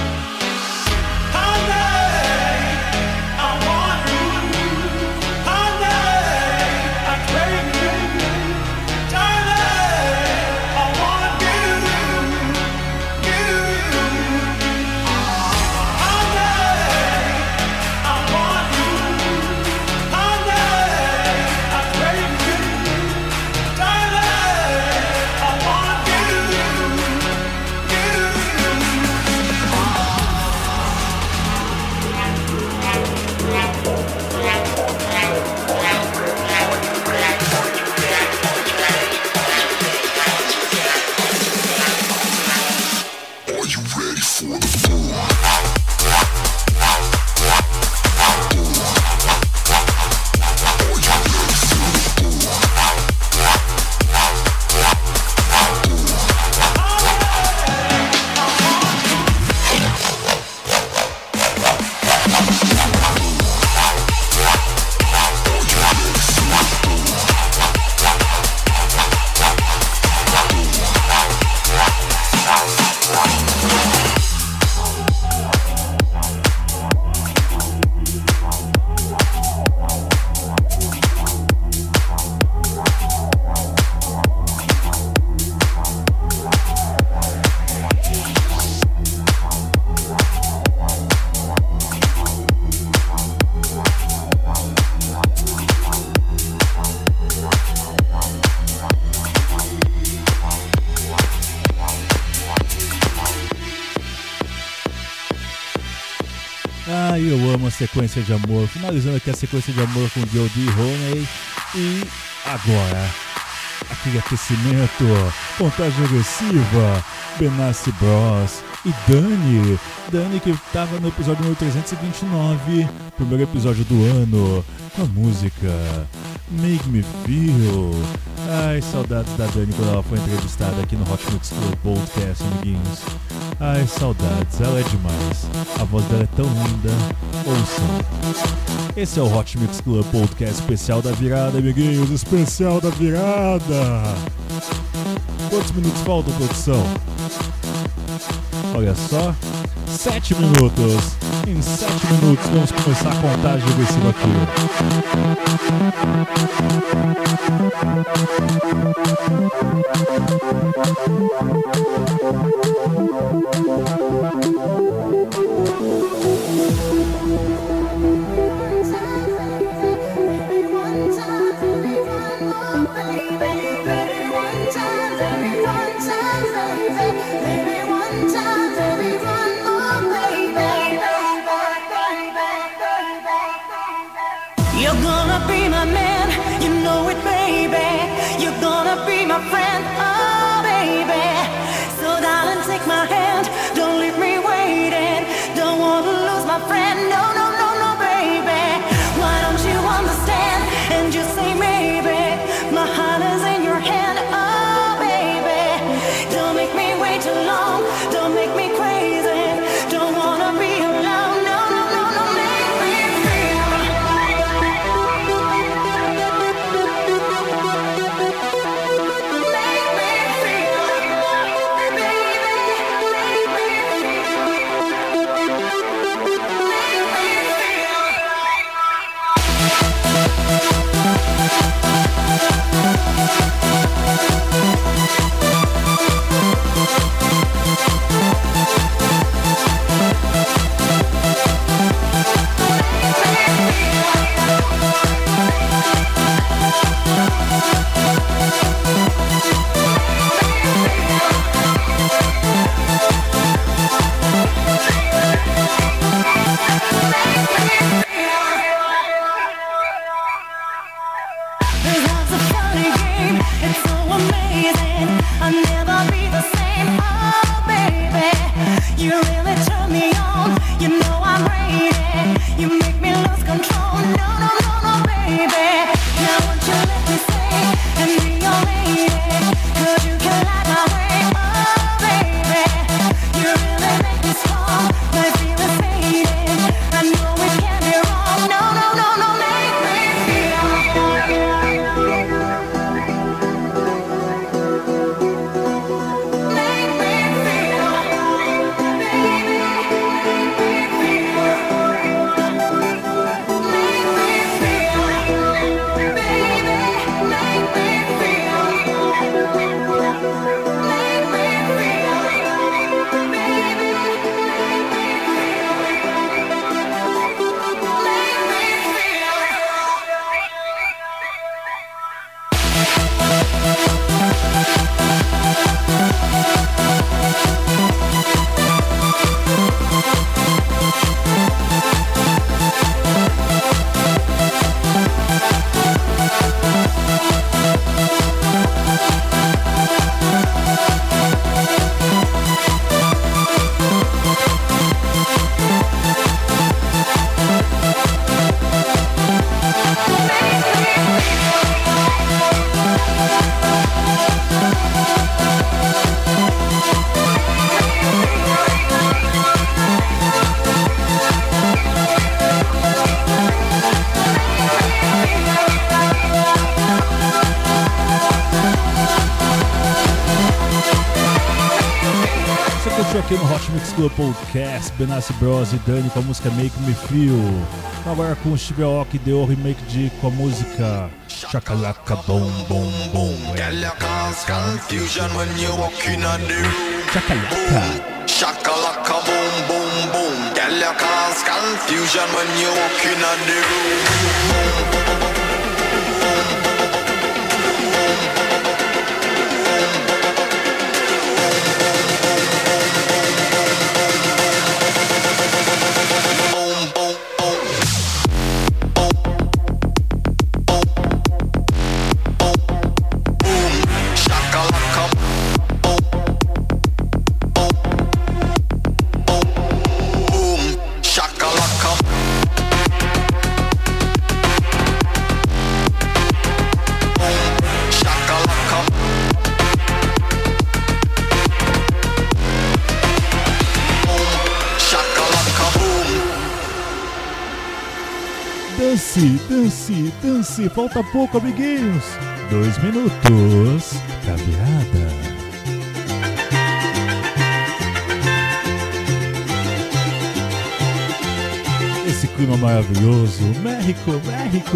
Eu amo a sequência de amor. Finalizando aqui a sequência de amor com Jodie Honey. E agora, aquele aquecimento, contagem regressiva, Benassi Bros e Dani. Dani que estava no episódio número 329, primeiro episódio do ano, com a música Make Me Feel. Ai, saudades da Dani quando ela foi entrevistada aqui no Hot Mix Club Podcast, amiguinhos. Ai, saudades, ela é demais. A voz dela é tão linda. Ouçam. Esse é o Hot Mix Club Podcast especial da virada, amiguinhos. Especial da virada. Quantos minutos faltam, produção? Olha só. 7 minutos. Em 7 minutos vamos começar a contagem regressiva aqui. You're gonna be my man, you know it, baby. You're gonna be my friend, oh baby. So darling, take my hand, don't leave me waiting. Don't want to lose my friend, no, no, no, no, baby. Why don't you understand and just say maybe? My heart is in your hand, oh baby. Don't make me wait too long, don't make me crazy. Don't wanna be alone, no, no, no, no, make me feel. You really aqui no Hot Mix Club Podcast, Benassi Bros e Dani com a música Make Me Feel. Agora com o Steve Aoki deu o remake de com a música Shakalaka Bom Bom Bom. Shakalaka. Shakalaka boom boom boom. Girl, you cause confusion when you walk in the room. Dance, dance, dance, falta pouco, amiguinhos. 2 minutos pra virada. Esse clima maravilhoso, México, México.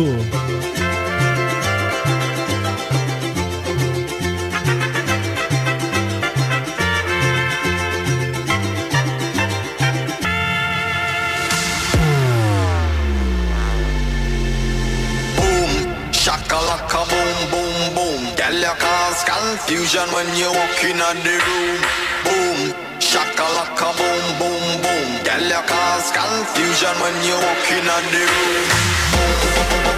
Shakalaka boom boom boom. Girl, you cause confusion when you walk in the room. Boom. Shakalaka boom boom boom. Girl, you cause confusion when you walk in the room.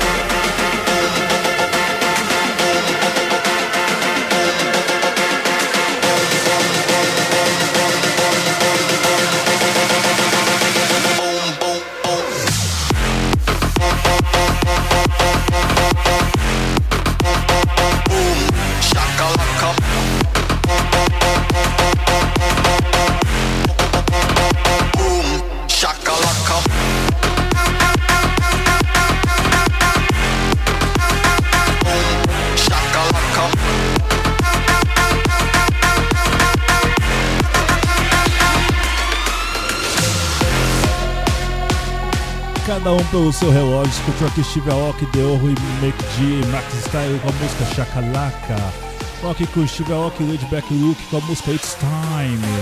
Cada um pelo seu relógio, escutou aqui Steve Aoki, deu o remake de Max Style com a música Shakalaka. Aqui com Steve Aoki e Laidback Luke com a música It's Time.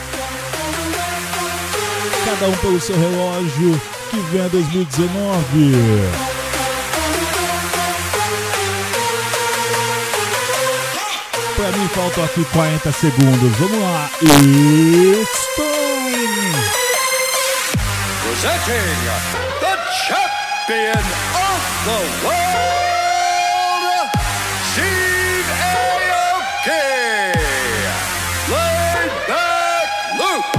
Cada um pelo seu relógio, que vem a 2019. Pra mim faltam aqui 40 segundos, vamos lá. It's Time! Presenting the champion of the world, Steve Aoki, Laidback Luke,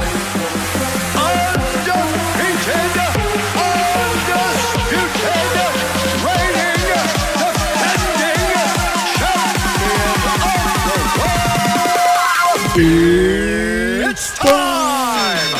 undefeated, undisputed, reigning, defending champion of the world. It's time!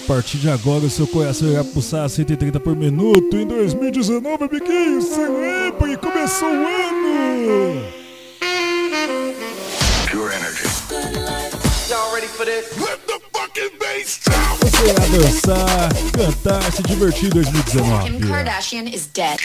partir de agora o seu coração irá pulsar a 130 por minuto. Em 2019, amiguinho, celebre! Começou o ano! Pure energy. Y'all ready for this? Let the fucking bass drop! Você irá dançar, cantar, se divertir em 2019. Kim Kardashian is dead.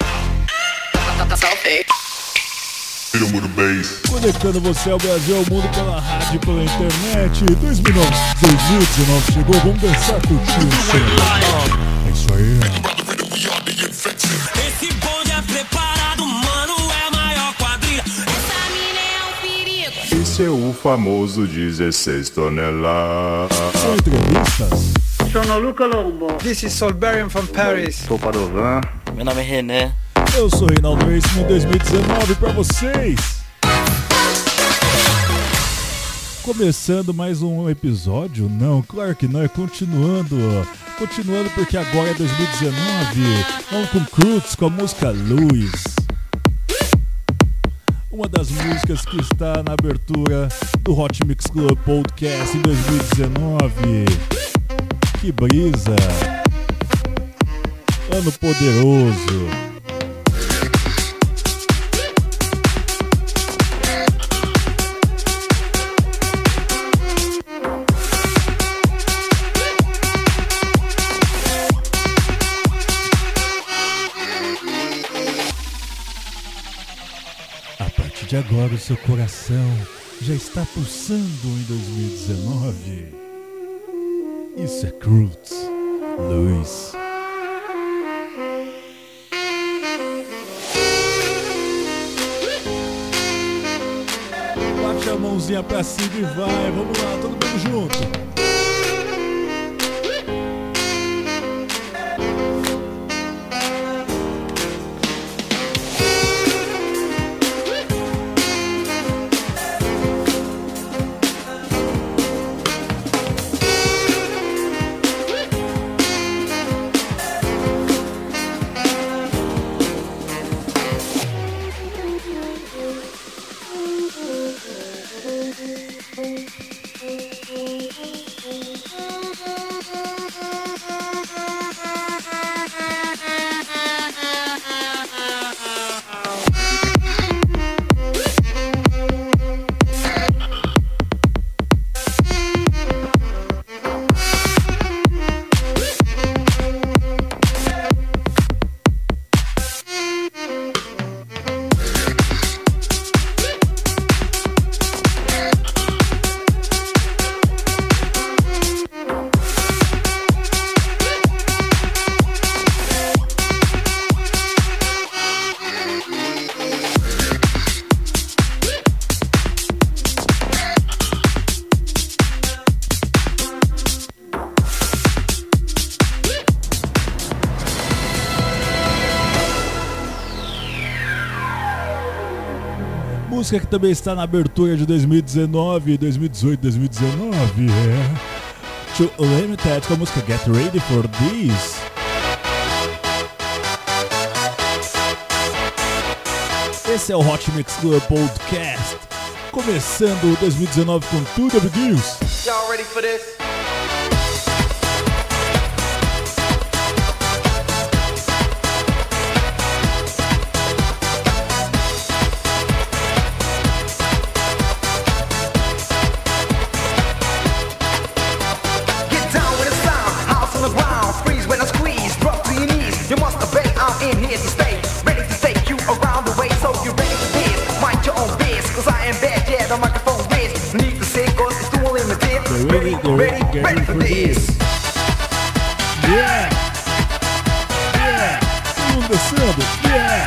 Conectando você ao Brasil, ao mundo pela rádio, pela internet. 2019 chegou, vamos dançar, curtir o som. É isso aí. Esse bonde é preparado, mano, é a maior quadrilha. Essa mina é um perigo. Esse é o famoso 16 toneladas. São entrevistas. Sono Luca Lombo. This is Solberian from Paris. Sou Padovan. Meu nome é René. Eu sou Reinaldo Racing em 2019 pra vocês. Começando mais um episódio? Não, claro que não, é continuando porque agora é 2019. Vamos com Cruz, com a música Luis. Uma das músicas que está na abertura do Hot Mix Club Podcast em 2019. Que brisa! Ano poderoso. De agora o seu coração já está pulsando em 2019. Isso é Cruz, Luis. Bate a mãozinha pra cima e vai, vamos lá, todo mundo junto. Música que também está na abertura de 2019, 2018, 2019 é Too Limited com a música Get Ready for This. Esse é o Hot Mix Club Podcast, começando 2019 com tudo, amiguinhos. Y'all ready for this? In here to stay, ready to take you around the way. So you ready for this? Mind your own biz, cause I am bad, yeah, the microphone is. Need to say cause it's too limited. Ready for this. Yeah! Yeah! Todo mundo descendo. Yeah!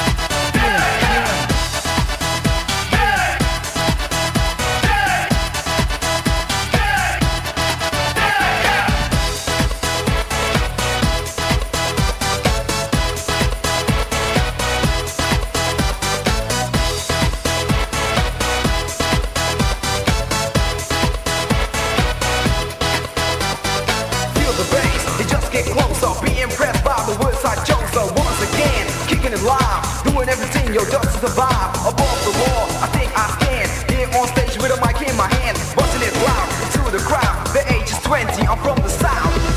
Everything, yo, just to survive. Above the wall, I think I stand here on stage with a mic in my hand, busting it loud into the crowd. The age is 20, I'm from the south.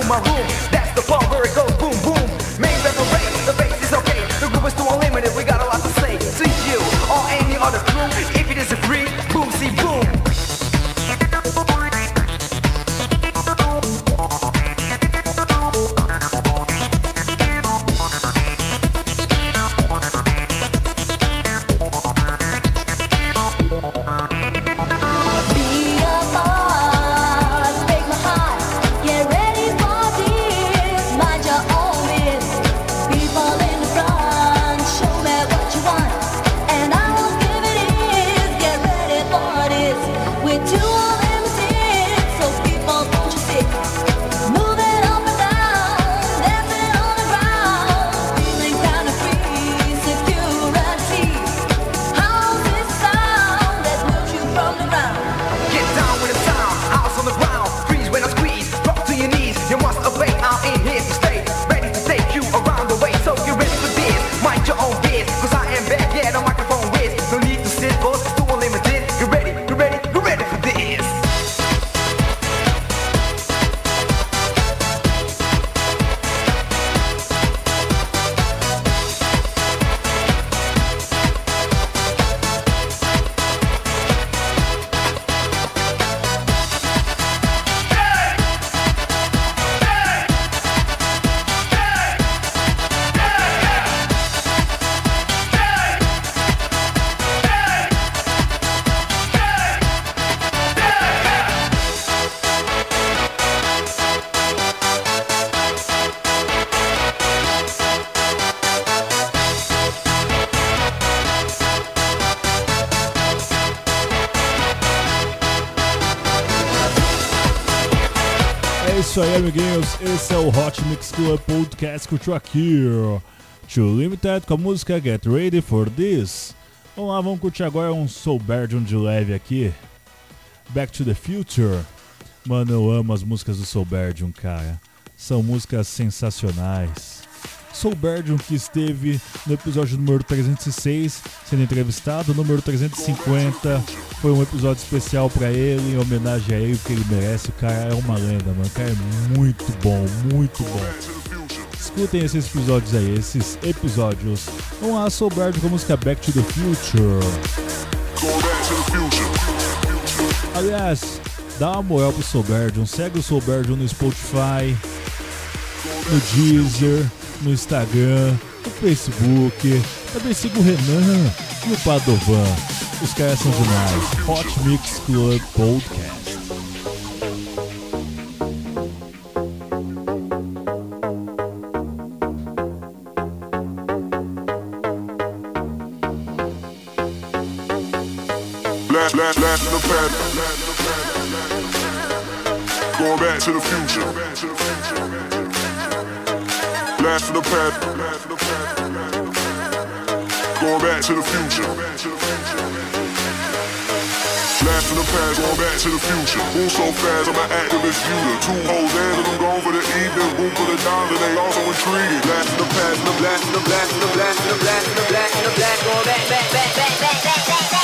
my room. That's the part where it goes boom boom. Main referee, the bass is okay. The group is too unlimited, we got a lot to say. To you or any other crew, if you disagree, boom, see boom. Isso aí, amiguinhos, esse é o Hot Mix Club Podcast que eu tô aqui, Too Limited com a música Get Ready For This. Vamos lá, vamos curtir agora um Soul Berdium de leve aqui, Back to the Future. Mano, eu amo as músicas do Soul Berdium, cara, são músicas sensacionais. Soul Berdium que esteve no episódio número 306 sendo entrevistado, número 350 foi um episódio especial pra ele, em homenagem a ele, porque ele merece. O cara é uma lenda, mano, o cara é muito bom, muito bom. Escutem esses episódios aí, esses episódios. Vamos lá, Soul Berdium com a música Back to the Future. Aliás, dá uma moral pro Soul Berdium, segue o Soul Berdium no Spotify, no Deezer, no Instagram, no Facebook. Também siga o Renan e o Padovan. Os caras são demais. Hot Mix Club Podcast. Blast in the past. Going back to the future. Blast in the past. Going back to the future. Blast in the past, going back to the future. Move so fast, I'm an activist user. Two hoes and I'm gone for the evening. Room for the dollar, they also intriguing. Blast in the past, the blast in the blast in the blast in the blast in the blast in the blast. Going back, back, back, back, back, back, back, back.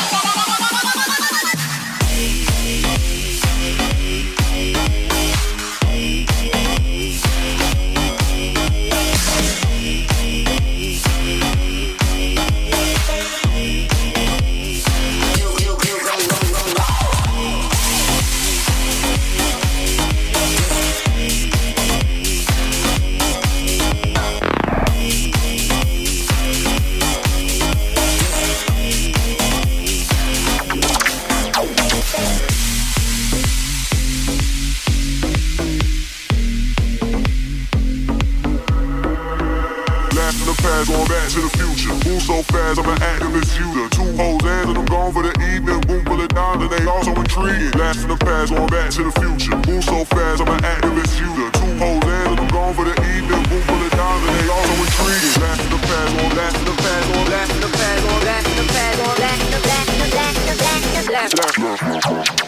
Going back to the future. Move so fast, I'm an activist user. Two hoes and I'm gone for the evening. Room full of diamonds, they also intriguing. Blast in the past, going back to the future. Move so fast, I'm an activist user. Two hoes and I'm gone for the evening. Room full of diamonds, they also intriguing. Blast in the past, going blast in the past, going blast in the past, going blast in the past, going blast in the blast in the blast in the blast in the blast.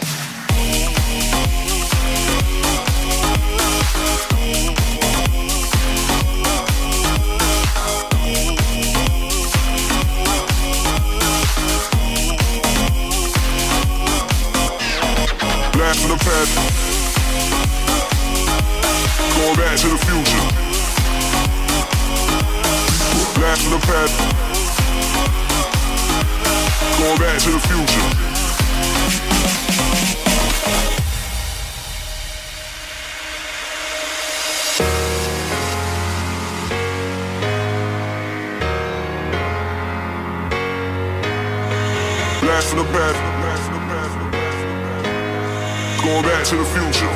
Blast in the past. Going back to the future. Blast from the past. Going back to the future. Blast from the past. Going back to the future.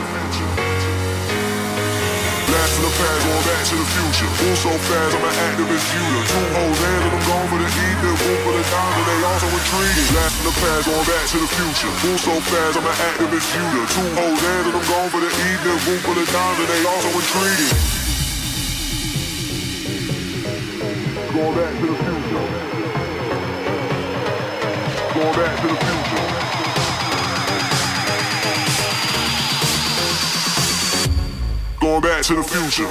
Blast from the past, going back to the future. Move so fast, I'm an activist shooter. Two hoes hands and I'm going for the ether. Boom for the diamond, they also intriguing. Blast from the past, going back to the future. Move so fast, I'm an activist shooter. Two hoes hands and I'm going for the ether. Boom for the diamond, they also intriguing. Going back to the future. Going back to the future. Going back to the future.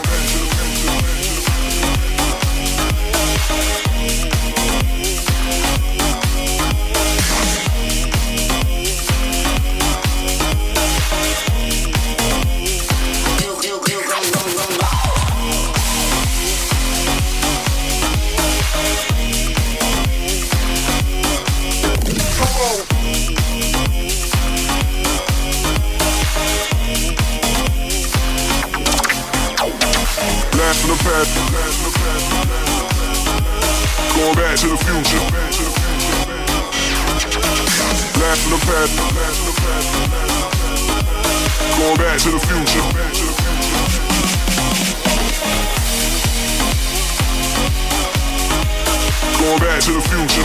Blast from the past. Going back to the future. Blast from the past. Going back to the future. Going back to the future.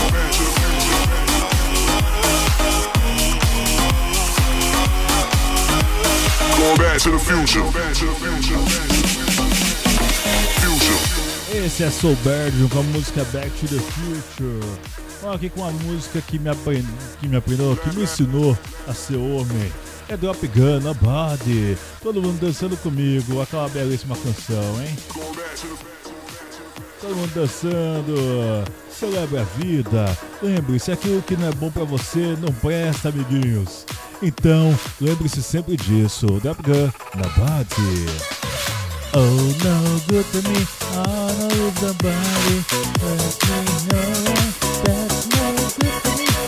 Going back to the future. Esse é Soul Bird com a música Back to the Future. Olha aqui com a música que me ensinou a ser homem. É Drop Gun, Nobody. Todo mundo dançando comigo, aquela belíssima canção, hein? Todo mundo dançando, celebre a vida. Lembre-se, aquilo que não é bom pra você não presta, amiguinhos. Então, lembre-se sempre disso. Drop Gun, Nobody. Oh, no good to me, oh, no good nobody, that's me, no, that's no good to me.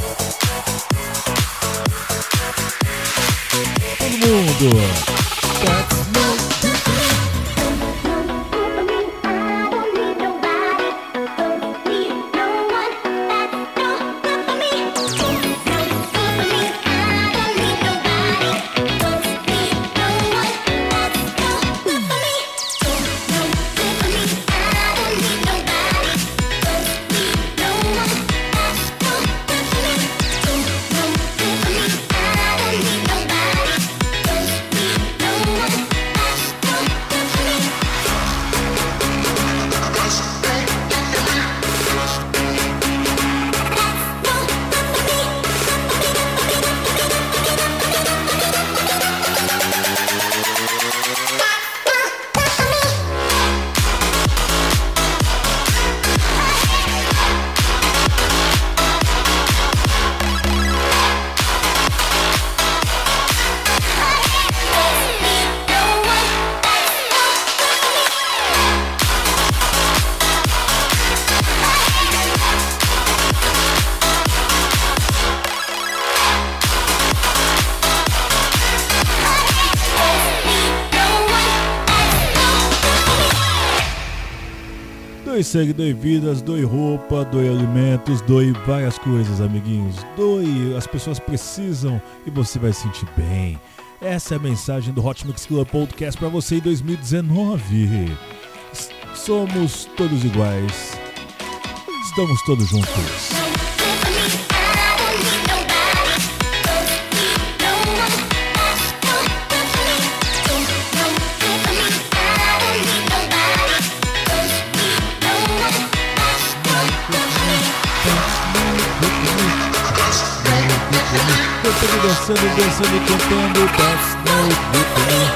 Todo mundo, that's no good to me. Doe sangue, doe vidas, doe roupa, doe alimentos, doe várias coisas, amiguinhos. Doe, as pessoas precisam e você vai se sentir bem. Essa é a mensagem do Hot Mix Club Podcast pra você em 2019. Somos todos iguais. Estamos todos juntos. Dançando, cantando, that's no good to me.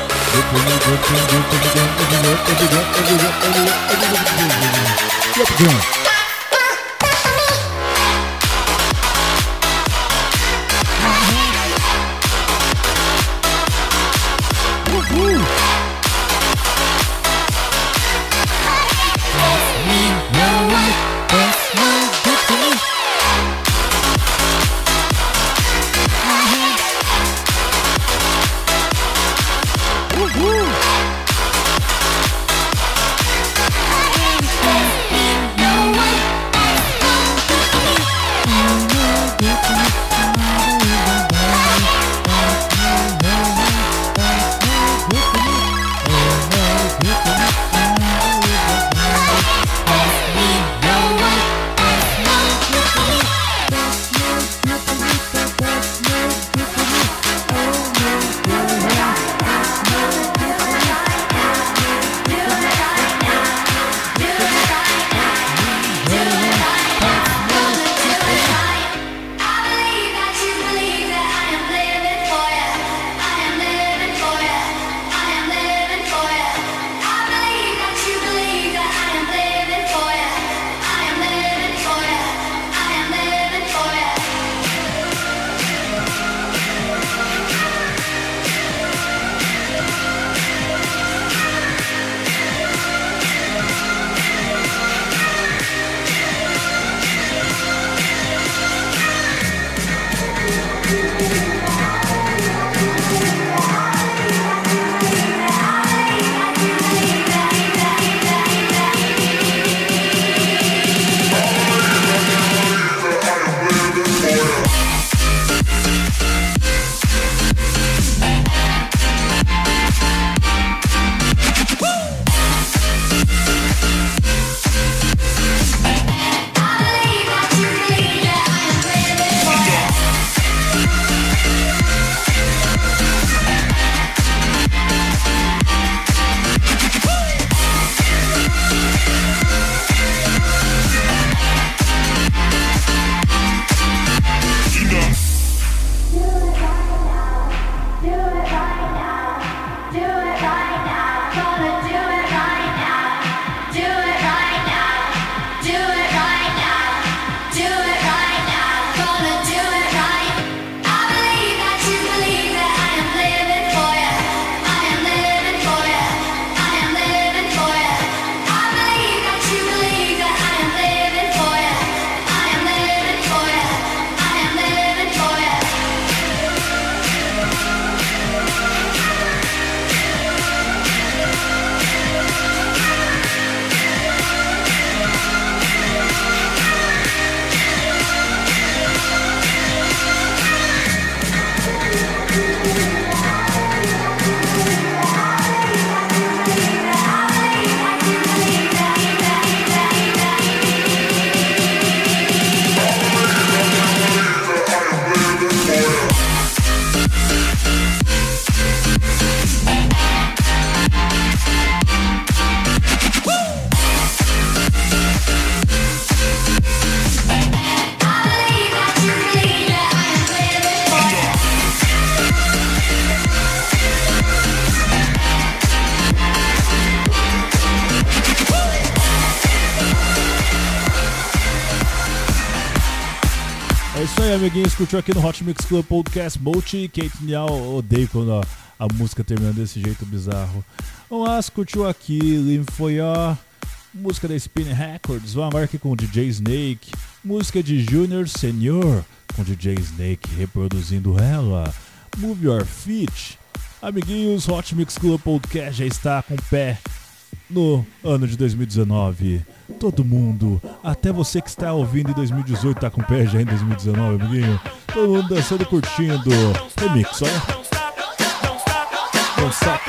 isso aí, amiguinhos. Curtiu aqui no Hot Mix Club Podcast. Bolt, Kate Nial. Odeio quando a música termina desse jeito bizarro. Vamos lá, curtiu aqui Linfoió. Música da Spin Records. Vamos agora aqui com o DJ Snake. Música de Junior Senior com DJ Snake reproduzindo ela. Move Your Feet. Amiguinhos, Hot Mix Club Podcast já está com o pé no ano de 2019. Todo mundo, até você que está ouvindo em 2018, tá com o pé já em 2019, amiguinho. Todo mundo dançando e curtindo. Remix, olha. Don't stop.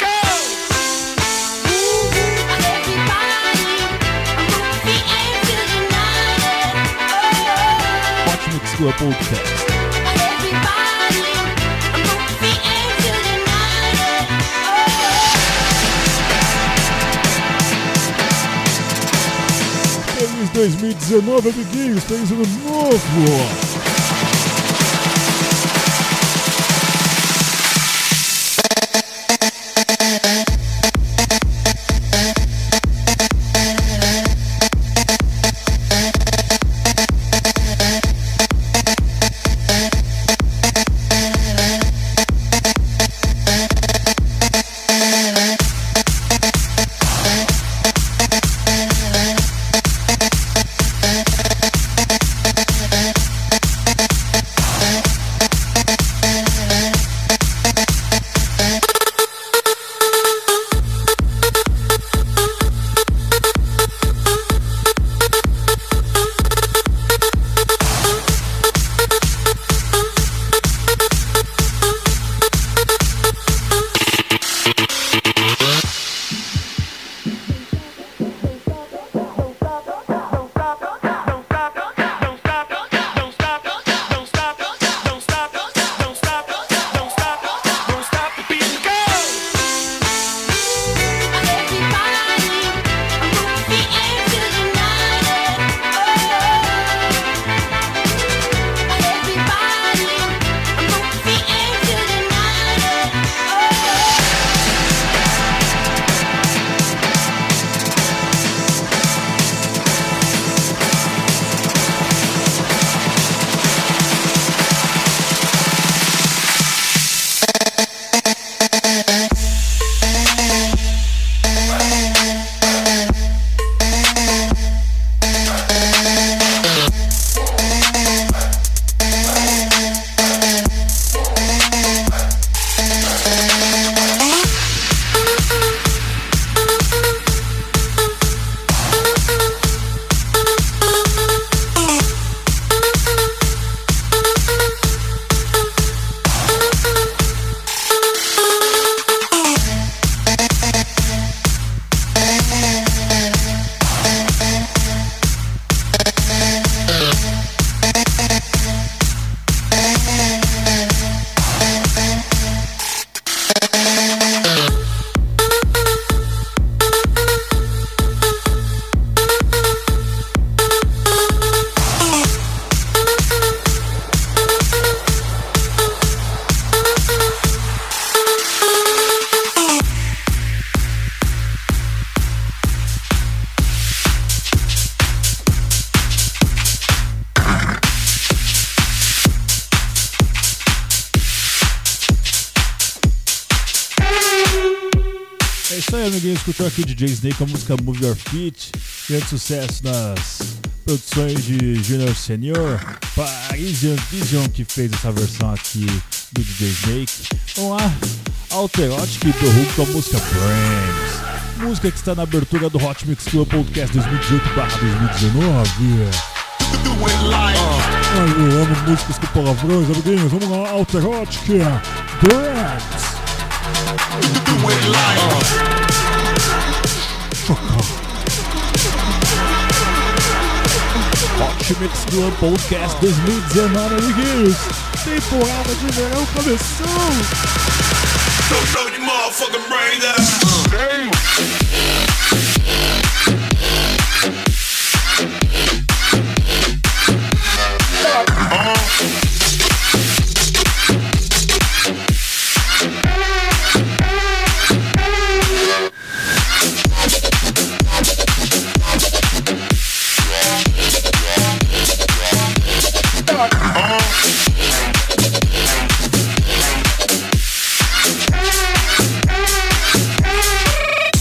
Hot Mix Club Podcast. Feliz 2019, amiguinhos! Feliz ano novo! É isso aí, amiguinhos. Escutou aqui DJ Snake com a música Move Your Feet. Grande sucesso nas produções de Junior Senior. Parisian Vision que fez essa versão aqui do DJ Snake. Vamos lá. Alterotic do Hulk com a música Brains. Música que está na abertura do Hot Mix Club Podcast 2018/2019. Eu amo músicas com palavrões, amiguinhos. Vamos lá, Alterotic Brains. Hot Mix Club Podcast 2019, amiguinhos. Temporada de verão começou. Don't blow your motherfucking brains out.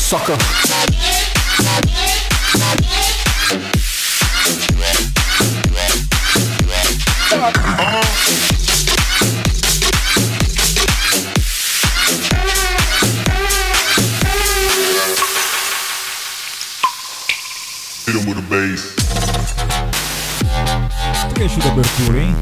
Sucker. Hit him with a bass. Trecho da abertura, hein?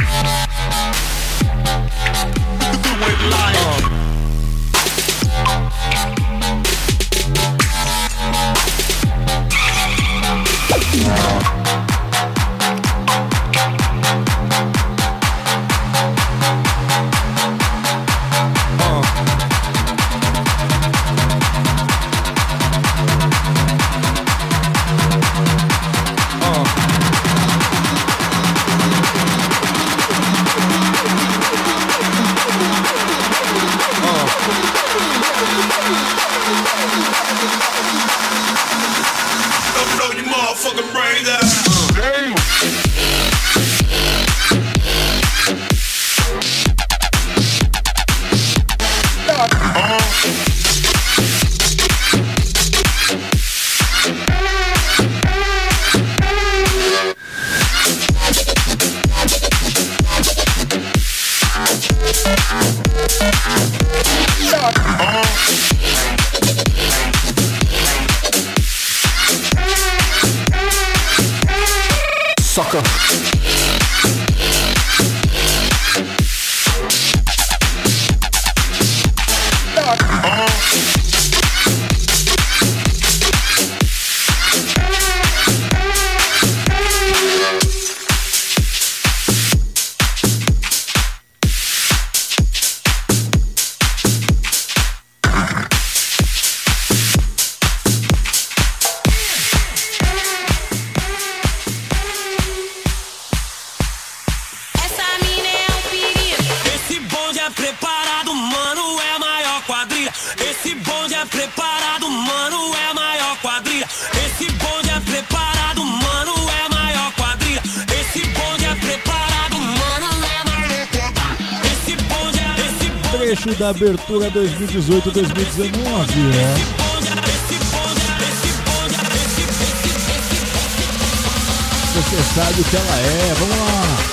Sucker. Trecho da abertura 2018-2019, Você sabe o que ela é, vamos lá.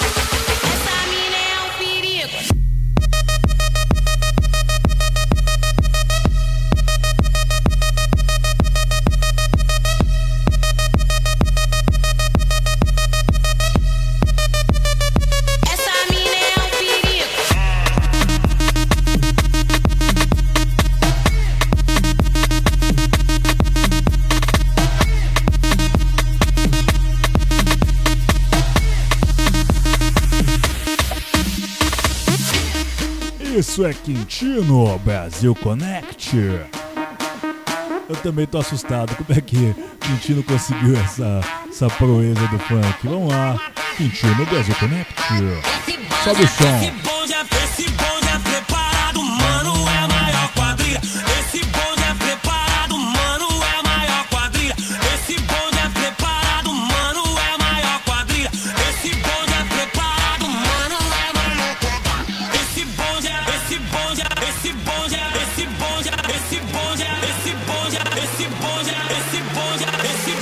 Isso é Quintino, Brasil Connect. Eu também tô assustado. Como é que Quintino conseguiu essa proeza do funk? Vamos lá, Quintino, Brasil Connect. Sobe o som. Esse bonde é preparado, mano, é a maior quadrilha. Esse bonde é preparado, mano, é a maior quadrilha. Esse bonde é preparado, mano, é a maior quadrilha. Esse bonde é preparado, mano, é a maior quadrilha. Esse bonde é, esse bonde é, esse bonde é, esse bonde é, esse bonde é, esse bonde é, esse bonde é, esse bonde é, esse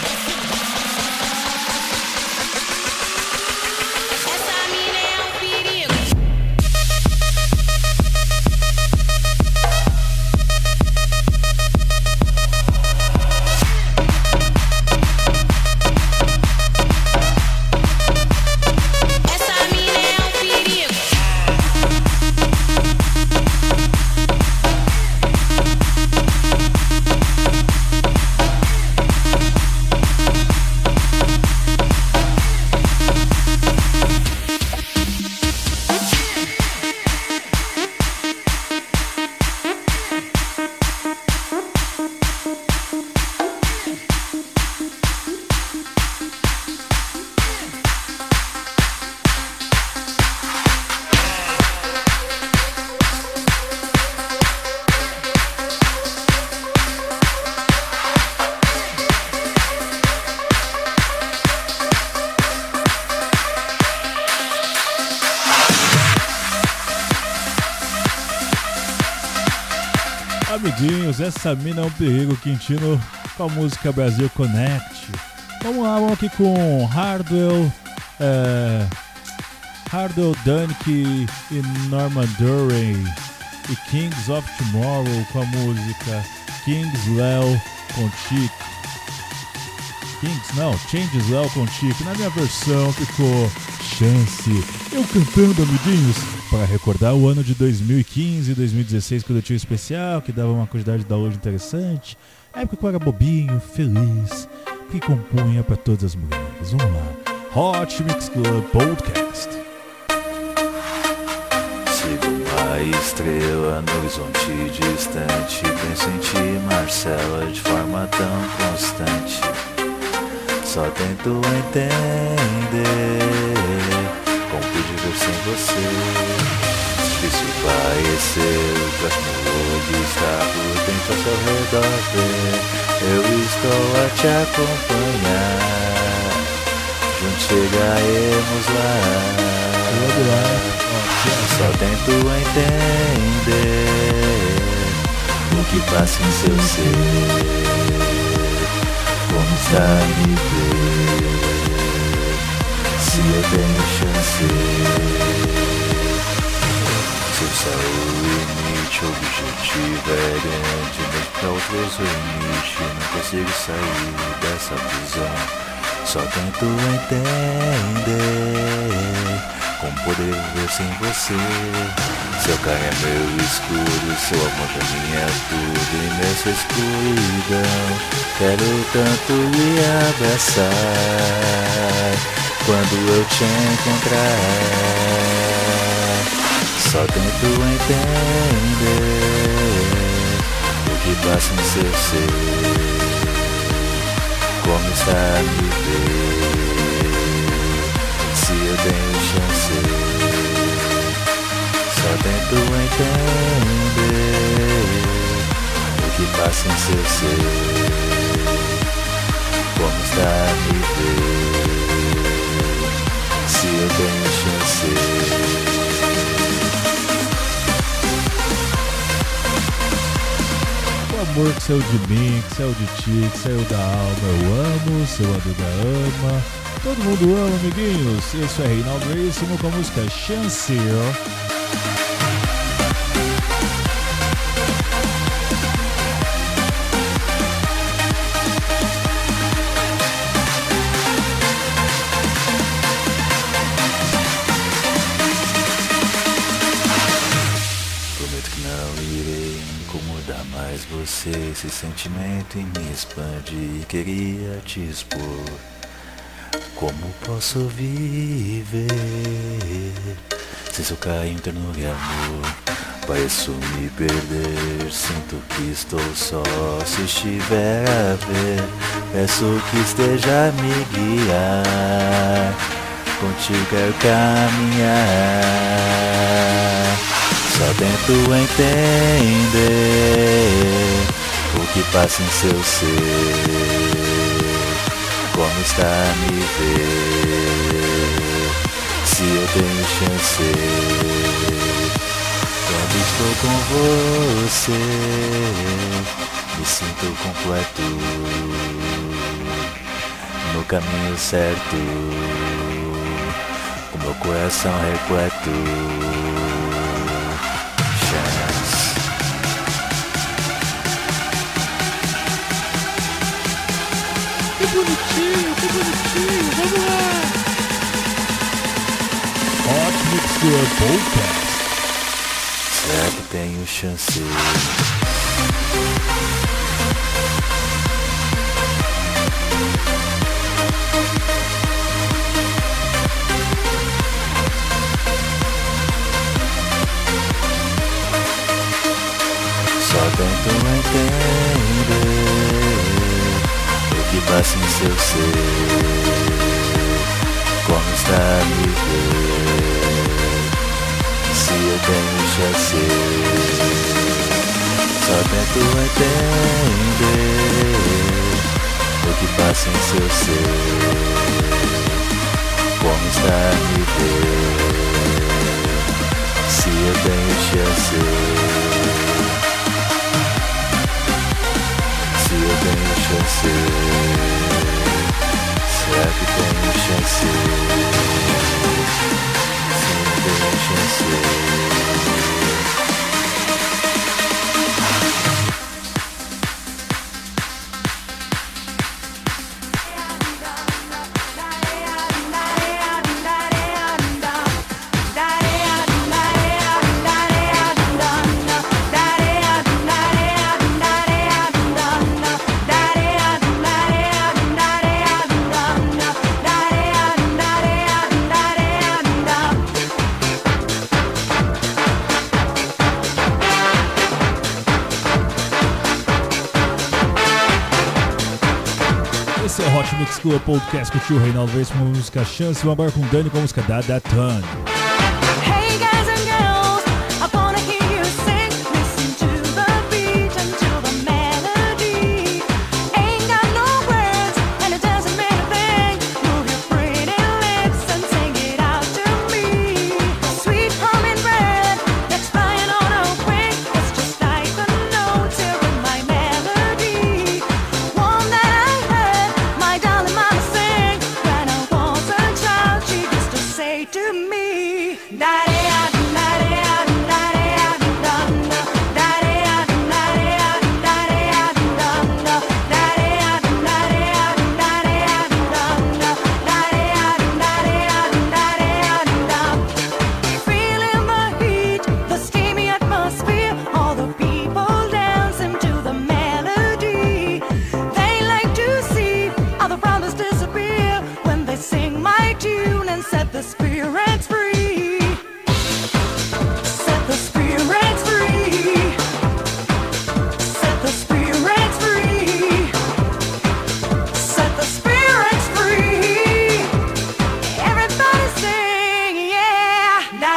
Essa mina é um perigo. Amiguinhos, essa mina é um perigo, Quintino, com a música Brasil Connect. Vamos lá, vamos aqui com Hardwell, Danik e Norman Duray e Kings of Tomorrow com a música Kings Léo com Chico. Changes Léo com Chico. Na minha versão ficou Chance. Eu cantando, amiguinhos, para recordar o ano de 2015 e 2016, quando eu tinha um especial que dava uma quantidade de download interessante. A época que eu era bobinho, feliz, que compunha para todas as mulheres. Vamos lá. Hot Mix Club Podcast. Sigo uma estrela no horizonte distante. Penso em ti, Marcela, de forma tão constante. Só tento entender como pude ver sem você. Difícil vai ser, o próximo olho está por dentro ao seu redor ver. Eu estou a te acompanhar, juntos chegaremos lá. Só tento entender o que passa em seu ser. Como está a me ver, se eu tenho chance. Se o céu limite, o objetivo é grande, mas pra outros o limite, não consigo sair dessa prisão. Só tento entender como poder ver sem você. Seu carro é meu escuro, seu amor pra mim é tudo, imensa escuridão. Quero tanto lhe abraçar quando eu te encontrar. Só tento entender o que passa em seu ser. Como está a me ver, se eu tenho chance. Só tento entender o que passa em seu ser. Como está a me ver, se eu tenho chance. Amor que saiu de mim, que saiu de ti, que saiu da alma, eu amo, seu amigo ama, todo mundo ama, amiguinhos. Eu sou Reinaldo Veríssimo com a música Chance. Prometo que não irei incomodar mais você. Esse sentimento em me expande e queria te expor. Como posso viver sem seu carinho, ternura e amor? Pareço me perder, sinto que estou só. Se estiver a ver, peço que esteja a me guiar. Contigo quero caminhar. Só tento entender o que passa em seu ser. Como está a me ver, se eu tenho chance. Quando estou com você, me sinto completo, no caminho certo, com meu coração repleto. Chance. Que bonitinho, vamos lá! Hot Mix Club Podcast. Será que tenho chance? Só tento entender o que passa em seu ser. Como está a me ver, se eu tenho chance. Só tento entender o que passa em seu ser. Como está a me ver, se eu tenho chance. chance? Será que tem chance? Sim, tem chance. Esse é o Hot Mix Club Podcast com o tio Reinaldo Reis com a música Chance. Vamos agora com o Dani com a música Da Ton. Hey guys and girls, I wanna hear you sing. Listen to the beat and to the melody. Ain't got no words and it doesn't mean a thing. Move your pretty lips and sing it out to me. Sweet hummingbird that's flying on a wing. It's just like the notes here in my melody. One that I heard my darling mama sing when I was a child. She used to say to me, feeling the heat, the steamy atmosphere, all the people dancing to the melody. They like to see all the problems disappear when they sing my tune and set the spirits free. Set the spirits free. Set the spirits free. Set the spirits free. Everybody sing, yeah.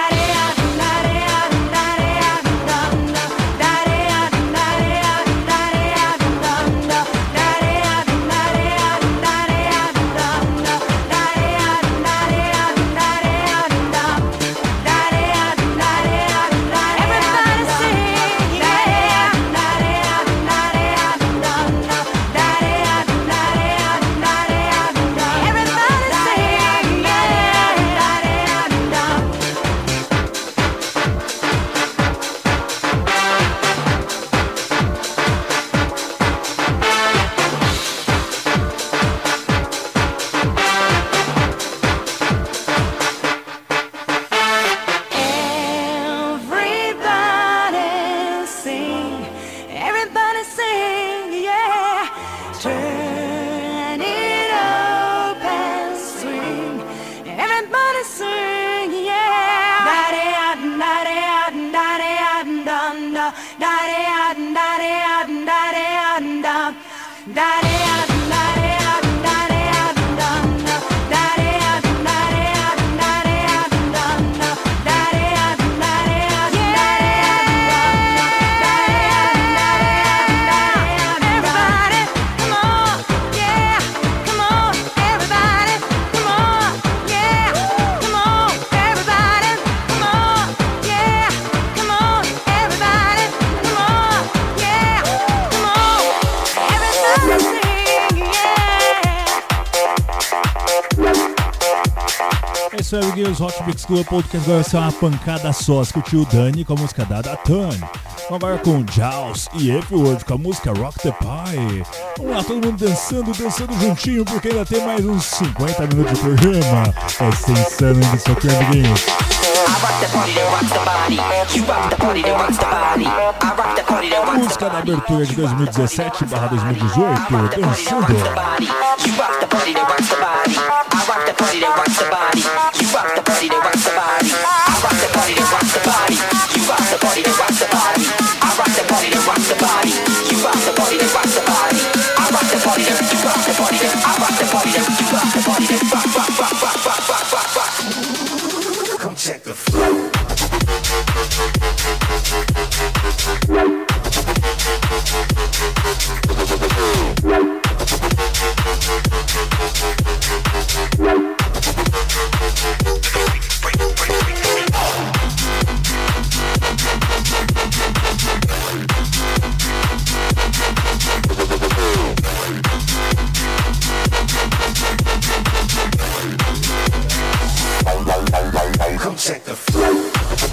Everybody sing, everybody sing, yeah. Turn it up and swing. Everybody sing, yeah. Everybody, come on, yeah, come on, everybody, come on, yeah, come on, everybody, come on, yeah, come on, everybody, come on, yeah, come on, everybody sing, yeah. É isso aí, amiguinhos. Hot Mix Club Podcast agora vai ser uma pancada só. Escutiu o Dani com a música Da Ton. Vamos agora com Jaws e F-Word com a música Rock the Pie. Vamos lá, todo mundo dançando juntinho, porque ainda tem mais uns 50 minutos de programa. É insano ainda isso aqui, amiguinhos. Música da abertura de 2017/2018, dançando. Come check the flow. the flow.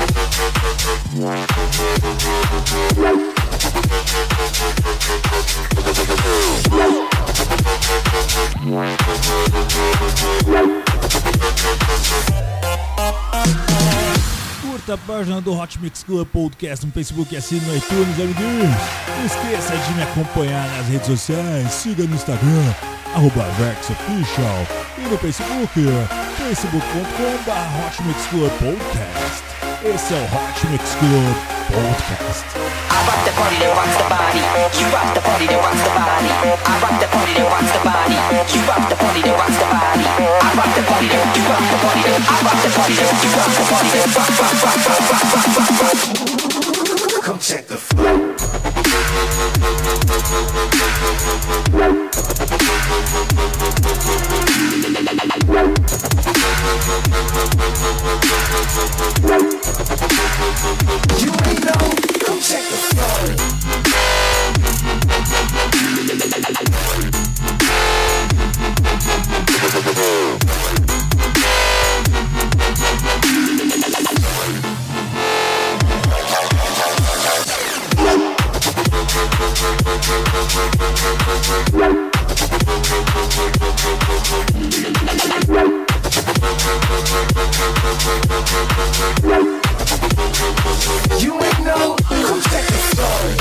Curta a página do Hot Mix Club Podcast no Facebook e assine no iTunes, amiguinhos. Não esqueça de me acompanhar nas redes sociais. Siga no Instagram, @VerxOfficial, e no Facebook, facebook.com/Hot Mix Club Podcast. Esse é o Hot Mix Club Podcast. I rock the party that rocks the body. You rock the party that rocks the body. I rock the party that rocks the body. You rock the party that rocks the body. I rock the party that you rock the party that I rock the party that you rock the party that rock rock rock rock rock rock rock. Come check the flow. You ain't know. Come check the flow. You ain't know. Come check the flow.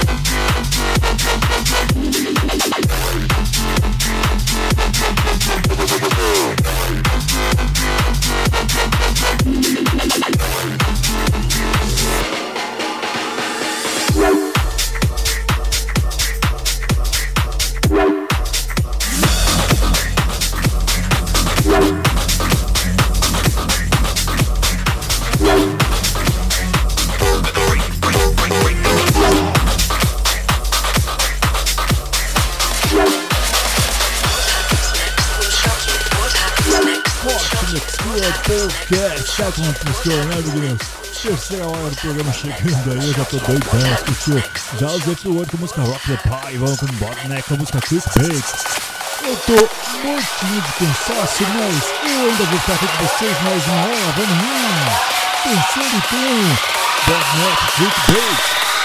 Podcast, tá com a né, amiguinhos? Terceira hora do programa chegando aí, eu já tô doidão, porque já usei pro outro com a música Rock the Pie, vamos com o Botneck, com a música Clickbait. Eu tô mortinho de cansaço, mas eu ainda vou ficar aqui com vocês mais uma hora, vamos lá! Terceiro então, Botneck, Clickbait.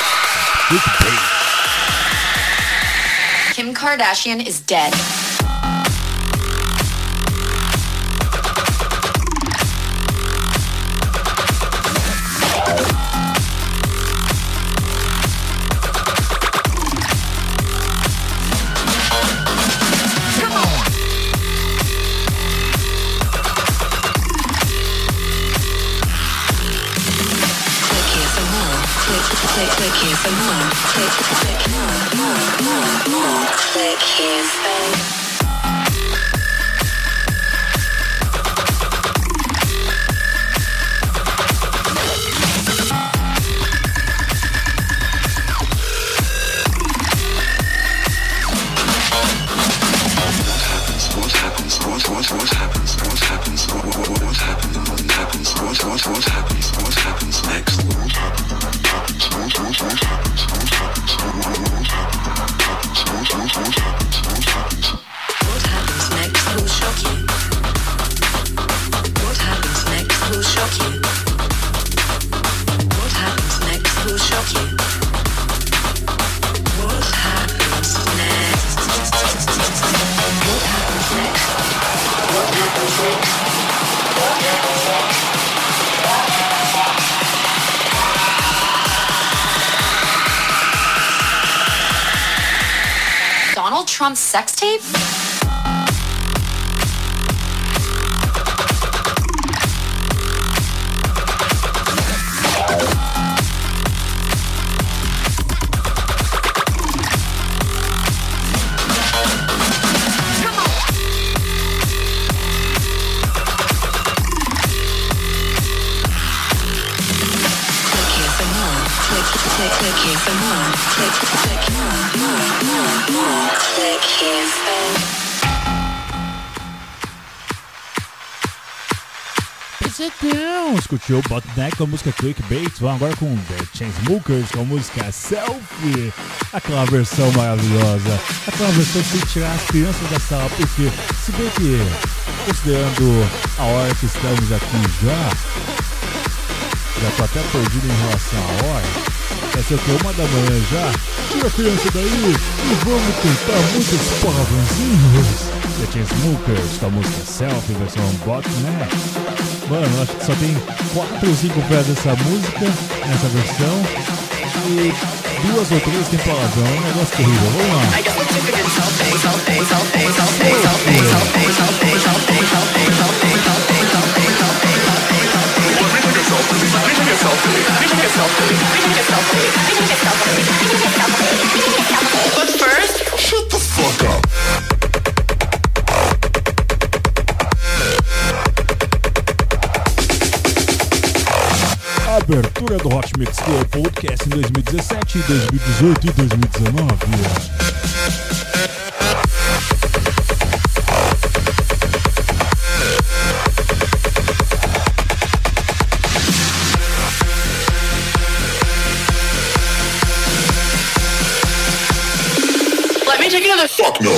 Kim Kardashian is dead. Click here for more. Click more. Click here for Donald Trump's sex tape? Pesadão! Escutou o Botneck com a música Clickbait. Vamos agora com The Chainsmokers com a música Selfie. Aquela versão maravilhosa. Aquela versão que tem que tirar as crianças da sala. Porque, se bem que, considerando a hora que estamos aqui já, Já tô até perdido em relação à hora. Vai ser o que? 1 da manhã já? Tira a criança daí e vamos cantar muitos palavrõezinhos. The Chainsmokers com a música Selfie, versão Botnet. Mano, acho que só tem 4 ou 5 pés dessa música, nessa versão. E 2 ou 3 tem palavrão, é um negócio terrível. Vamos lá. But first, shut the fuck up. Abertura do Hot Mix Club Podcast em 2017, 2018 e 2019. Let me take another fuck no.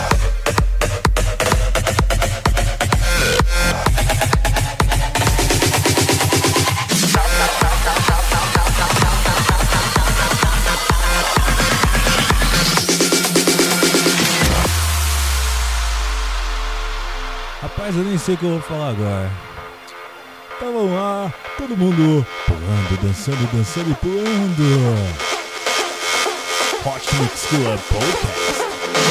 Rapaz, eu nem sei o que eu vou falar agora. Então vamos lá, todo mundo pulando, dançando, dançando e pulando. Hot Mix Club Podcast.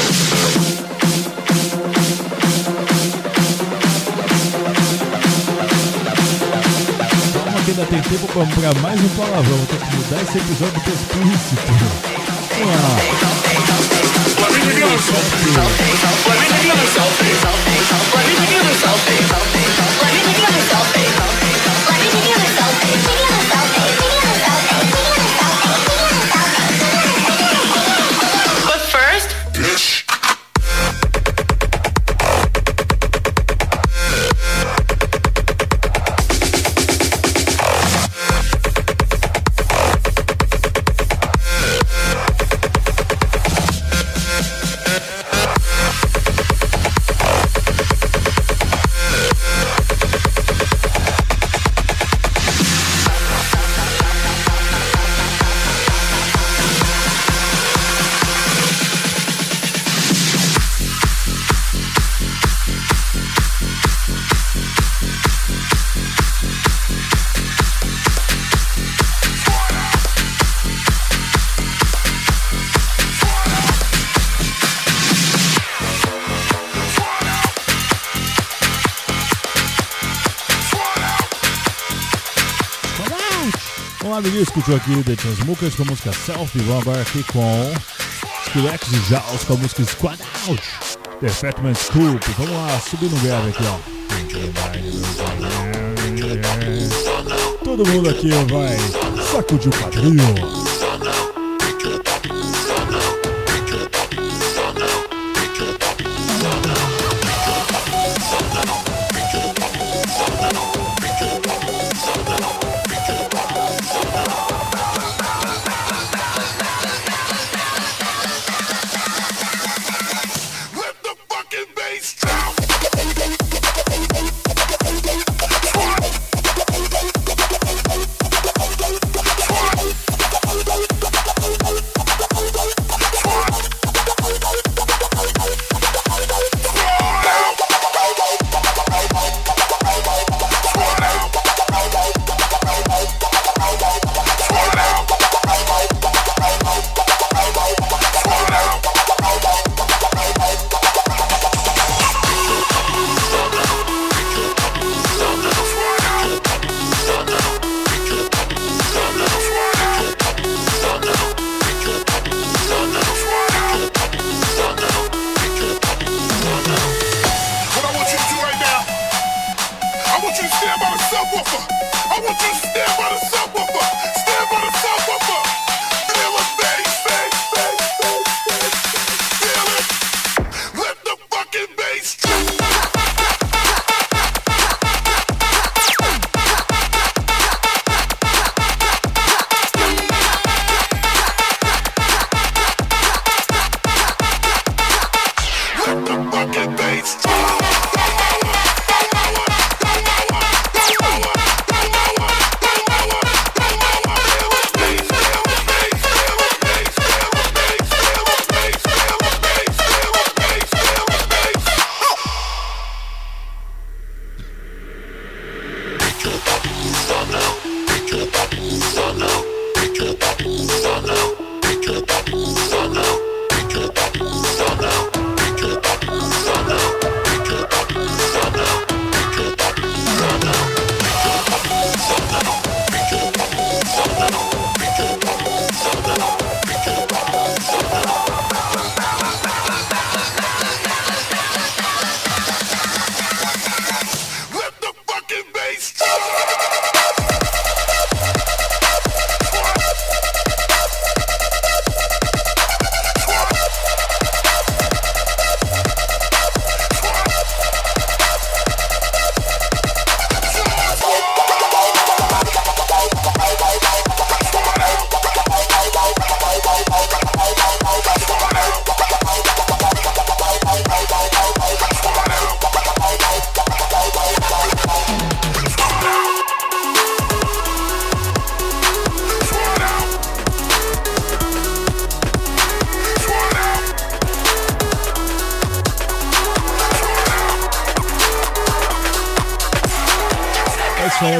Calma que ainda tem tempo pra comprar mais um palavrão. Vou ter que mudar esse episódio pro explícito. Vamos lá. But first, bitch. Olá, amiguinho, escutou aqui The Chainsmokers com a música Selfie. Vamos agora aqui com Skrillex e Jaws com a música Squad Out. The Fatman Scoop. Vamos lá, subindo o grave aqui, ó. Todo mundo aqui vai sacudir o quadril.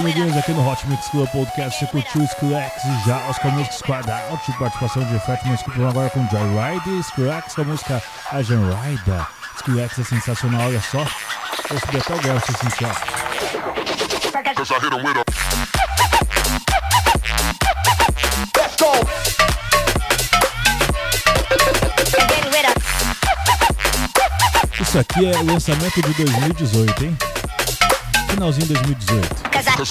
amiguinhos, aqui no Hot Mix Club Podcast você curtiu Skrillex e Jaws com a música Squad Out, participação de Fatman Scoop agora com Joyride, Skrillex com a música Agent Rider. Skrillex é sensacional, olha só, eu subi até o grau se sentir, ó. Let's go! Isso aqui é lançamento de 2018, hein? Finalzinho de 2018.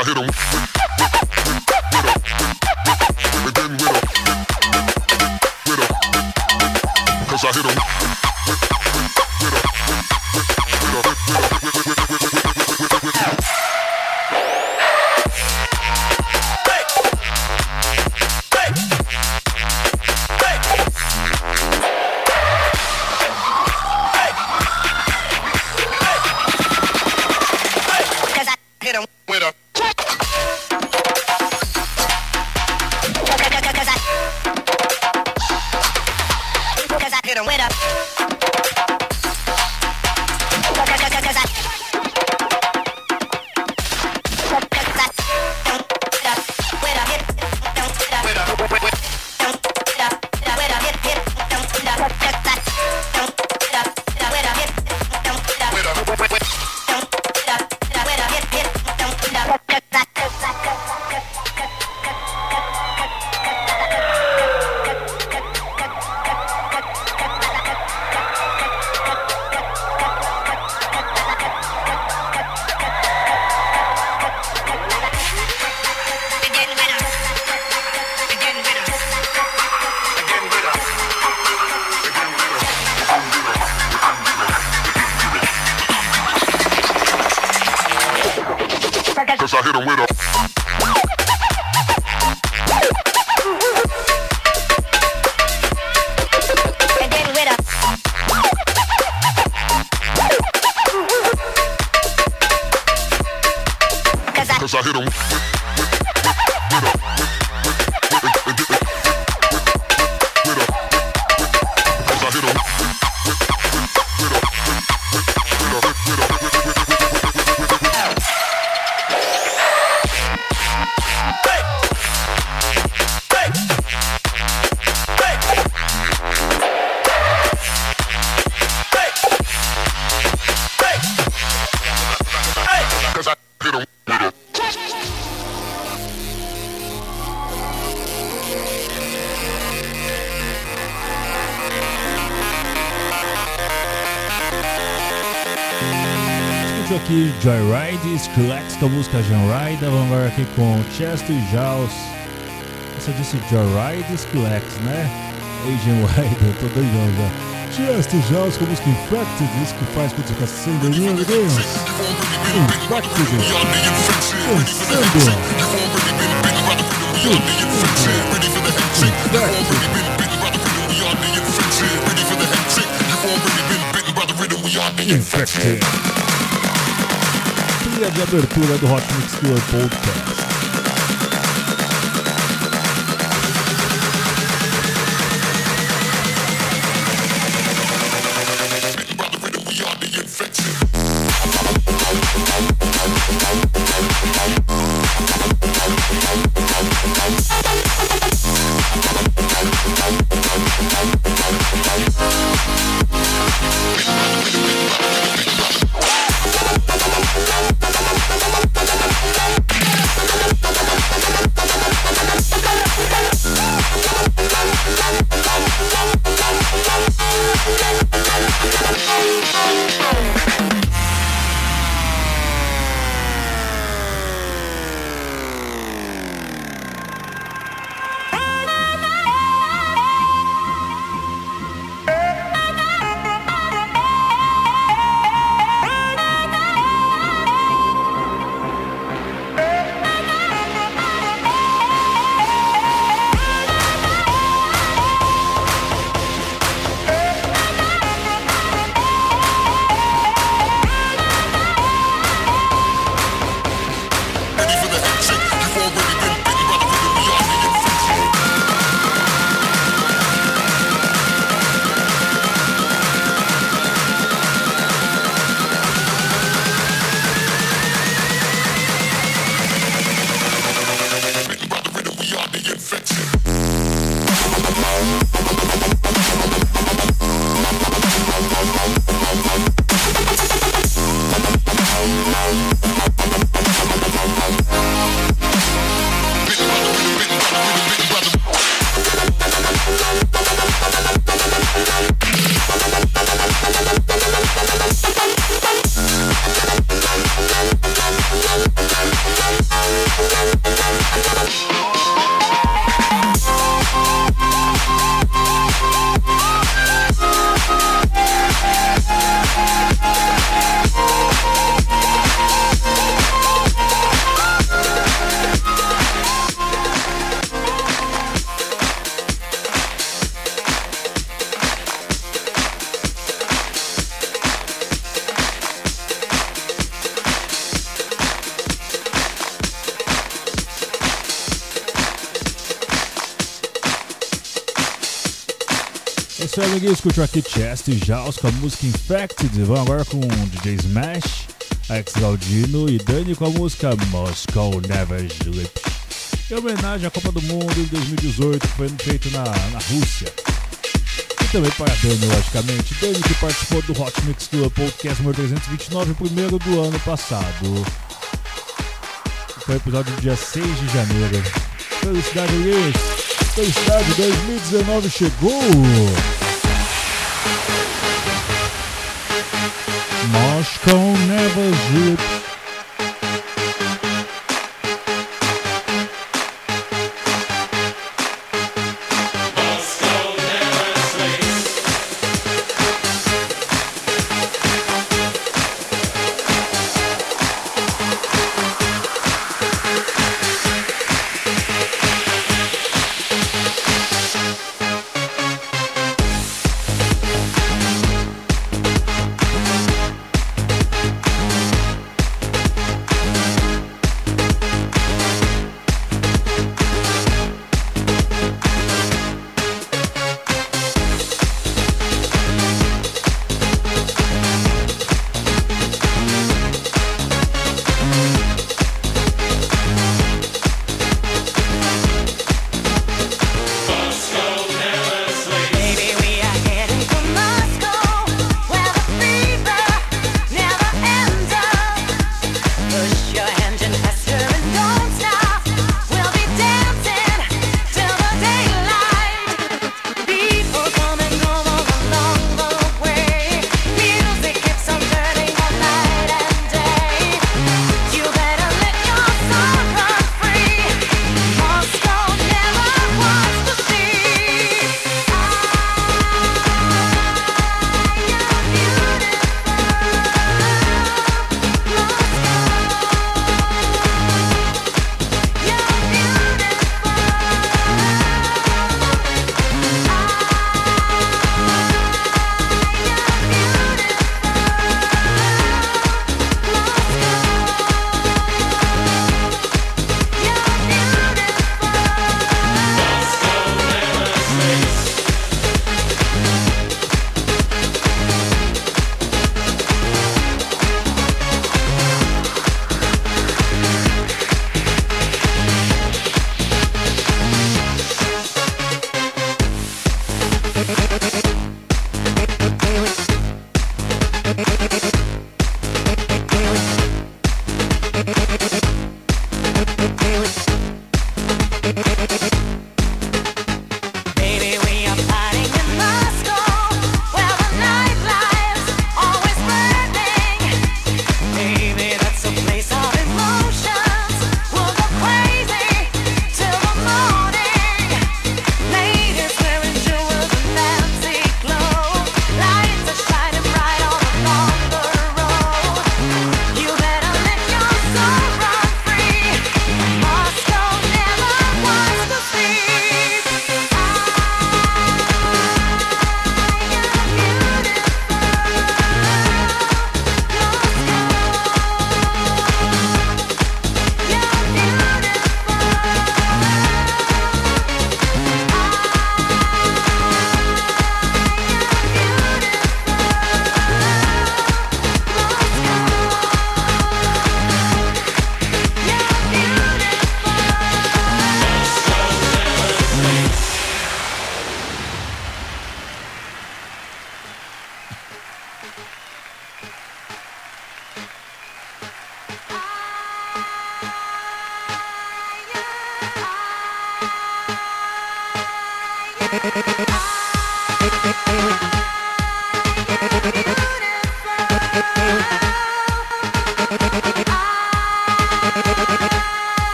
Aqui Joyride, Skrillex com a música Agent Rider. Vamos agora aqui com Chesto e Jaws. Você disse Joyride e Skrillex, né? Agent Rider, tô doidão já. Chesto e Jaws com a música Infected, isso que faz quando você fica sem dormir, amiguinhos. Infected, Infected. Trilha de abertura do Hot Mix Club Podcast. Isso aí, amiguinhos, curtiu aqui Chest e Jaws com a música Infected. Vamos agora com o DJ Smash, Alex Galdino e Dani com a música Moscow Never Sleeps. Em homenagem à Copa do Mundo em 2018, que foi feito na Rússia. E também para a Dani, logicamente. Dani que participou do Hot Mix Club Podcast número 329, o primeiro do ano passado. Foi o episódio do dia 6 de janeiro. Felicidade, amiguinhos! Felicidade, 2019 chegou! Moscow Never Sleeps.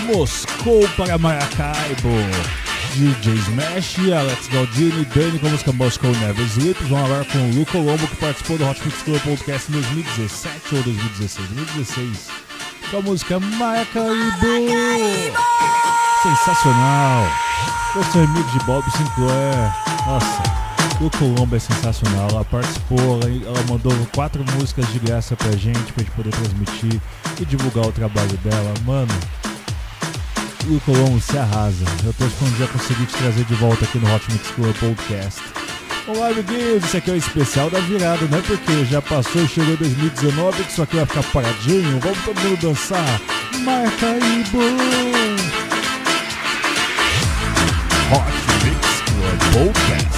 Moscou para Maracaibo. DJ Smash, Alex Galdini, Dani com a música Moscow Never Sleeps. Vamos agora com o Lu Colombo, que participou do Hot Mix Club Podcast em 2017 ou 2016? 2016. Com a música Maracaibo. Sensacional. Eu sou amigo de Bob Sinclair. Nossa, Lu Colombo é sensacional. Ela participou, ela mandou 4 músicas de graça pra gente poder transmitir e divulgar o trabalho dela. Mano, Lu Colombo se arrasa. Eu tô esperando um dia conseguir te trazer de volta aqui no Hot Mix Club Podcast. Olá, amiguinhos, esse aqui é o especial da virada, né? Porque já passou e chegou 2019, que isso aqui vai ficar paradinho. Vamos todo mundo dançar. Maracaibo. Hot Mix Club Podcast.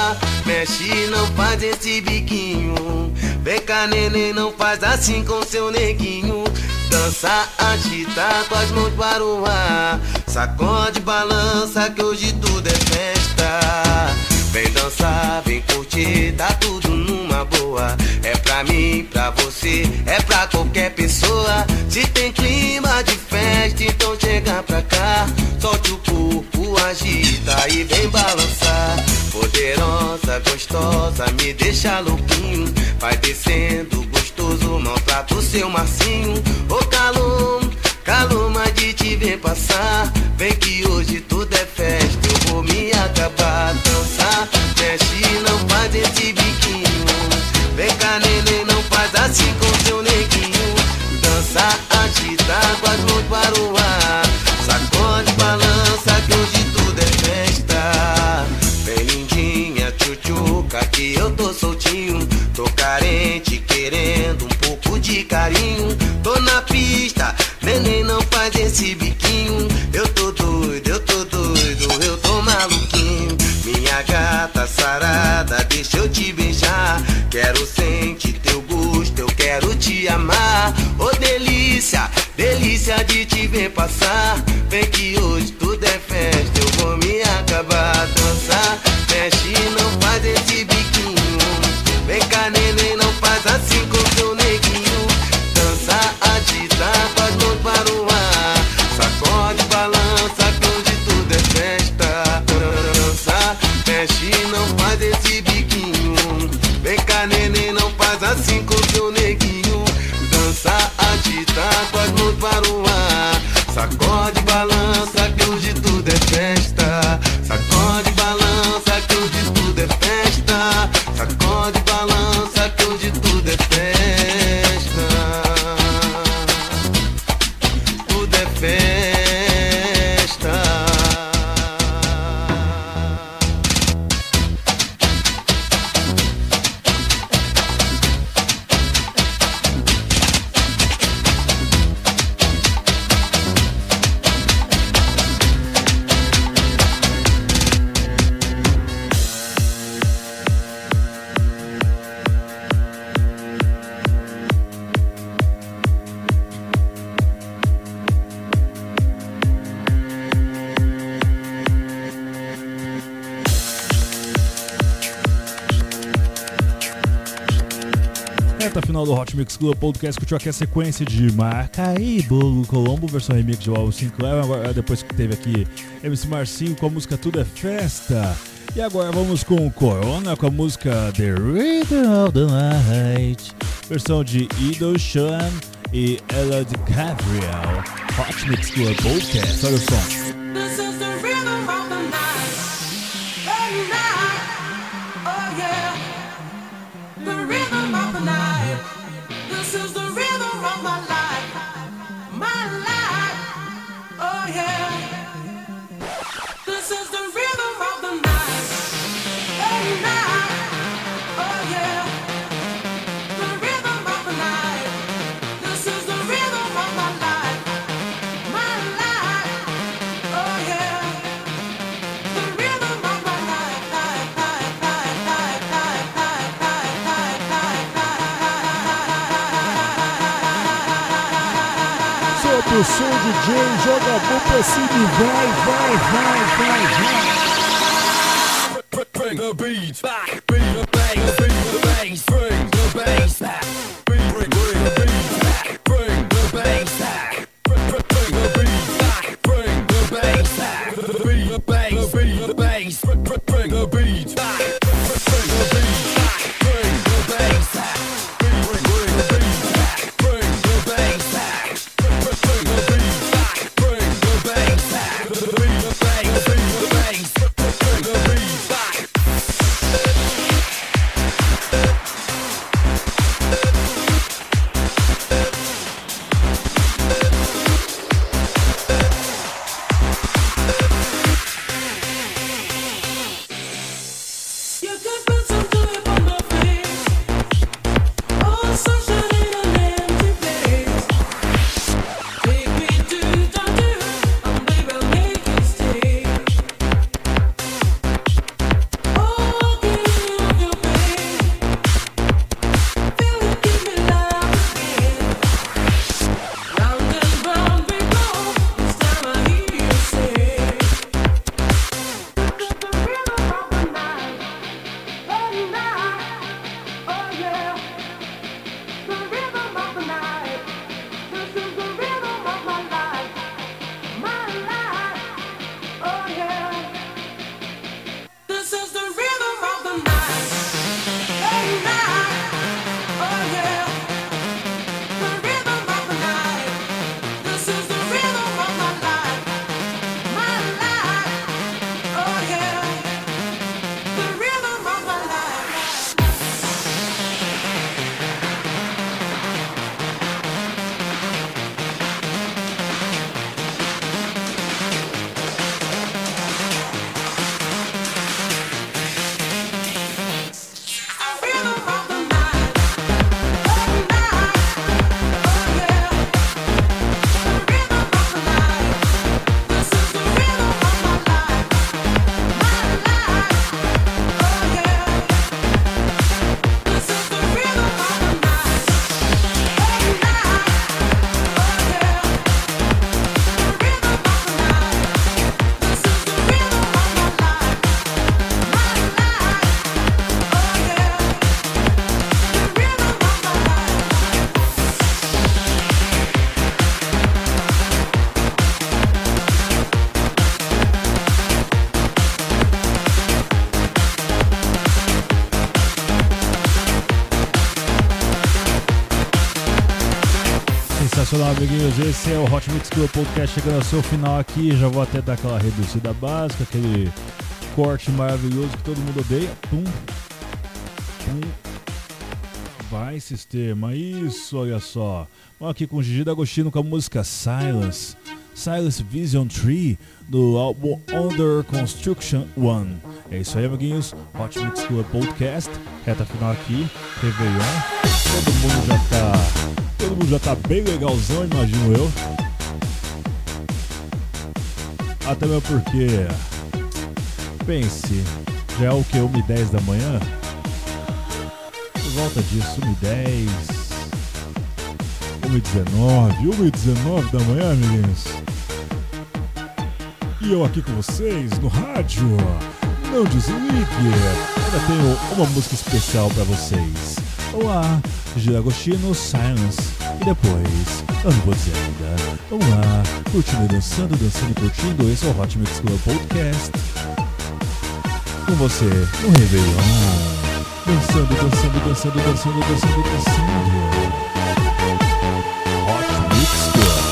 dançar, mexe, não faz esse biquinho. Vem cá, neném, não faz assim com seu neguinho. Dança, agita com as mãos para o ar. Sacode, balança que hoje tudo é festa. Vem dançar, vem curtir, tá tudo numa boa. É pra mim, pra você, é pra qualquer pessoa. Se tem clima de festa, então chega pra cá. Solte o corpo, agita e vem balançar. Poderosa, gostosa, me deixa louquinho. Vai descendo, gostoso, maltrata o seu Marcinho. Ô calor, calor, mas de te ver passar. Vem que hoje tudo é festa, eu vou me acabar. Dançar, mexe, não faz esse biquinho. Vem cá, neném, não faz assim com seu neguinho. Dança, agita com as mãos para o ar. Sacode, balança que hoje tudo é festa. Vem lindinha, tchutchuca, que eu tô soltinho. Tô carente, querendo um pouco de carinho. Tô na pista, neném, não faz esse biquinho. Eu tô doido, eu tô maluquinho. Minha gata sarada, deixa eu te beijar. Quero sentir teu gosto, eu quero te amar. Ô delícia, delícia de te ver passar. Vem que hoje tudo é festa, eu vou me acabar. Dançar, mexe, não faz esse biquinho. Vem cá, neném, não faz assim com seu neguinho. Dança, agita com as mãos para o ar. Sacode, balança que hoje tudo é festa. Dança, mexe, não faz esse biquinho. Vem cá, neném, não faz assim com seu neguinho. Dança, agita com as mãos para o ar. Sacode, balança que hoje tudo é festa. Sacode, balança que hoje tudo é festa. Sacode, balança que hoje tudo é festa. Tudo é festa. Reta final do Hot Mix Club Podcast, curtiu aqui a sequência de Marca aí, Bolo Colombo, versão remix de Al Sinclair. Agora, depois que teve aqui MC Marcinho com a música Tudo é Festa. E agora vamos com Corona com a música The Rhythm of the Night, versão de Ido Sean e Ella DiCaprio. Hot Mix Club Podcast, olha o som. This is the rhythm of the night. Oh, night. Oh, yeah. The rhythm of the night. This is the rhythm of my life. My life. Oh, yeah. This is the rhythm of the night. Oh, night. Oh, yeah. The rhythm of the night. This is the rhythm of my life. My life. Oh, yeah. The rhythm of my life. Solta o som, DJ, joga a mão pra cima e vai. Bring the beats back, bring the bass, bring the bass, bring the bass back. Bring the beats back, bring the bass back. Bring the beats back, bring the bass back. Bring the bass, bring the bass, bring the beats back. Bring the beats back, bring the bass back. Bring the beats back, bring the bass back. Bring the beats back, bring the bass back. Bring the bass, bring the bass, bring the beats back. Sensacional, amiguinhos, esse é o Hot Mix Club Podcast chegando ao seu final aqui. Já vou até dar aquela reduzida básica, aquele corte maravilhoso que todo mundo odeia. Pum, pum. Vai, sistema, isso, olha só. Vamos aqui com o Gigi D'Agostino com a música Silence, Silence Vision 3 do álbum Under Construction 1. É isso aí, amiguinhos, Hot Mix Club Podcast, reta final aqui, Réveillon. Todo mundo já tá bem legalzão, imagino eu. Até mesmo porque, pense, já é o que, 1h10 da manhã? Por volta disso, 1h10, 1h19 da manhã, amiguinhos. E eu aqui com vocês no rádio. Não desligue, ainda tenho uma música especial pra vocês. Olá, Gigi D'Agostino, Silence. E depois, eu não vou dizer ainda. Vamos lá, curtindo e dançando e curtindo. Esse é o Hot Mix Club Podcast. Com você, no Réveillon. Dançando. Hot Mix Club.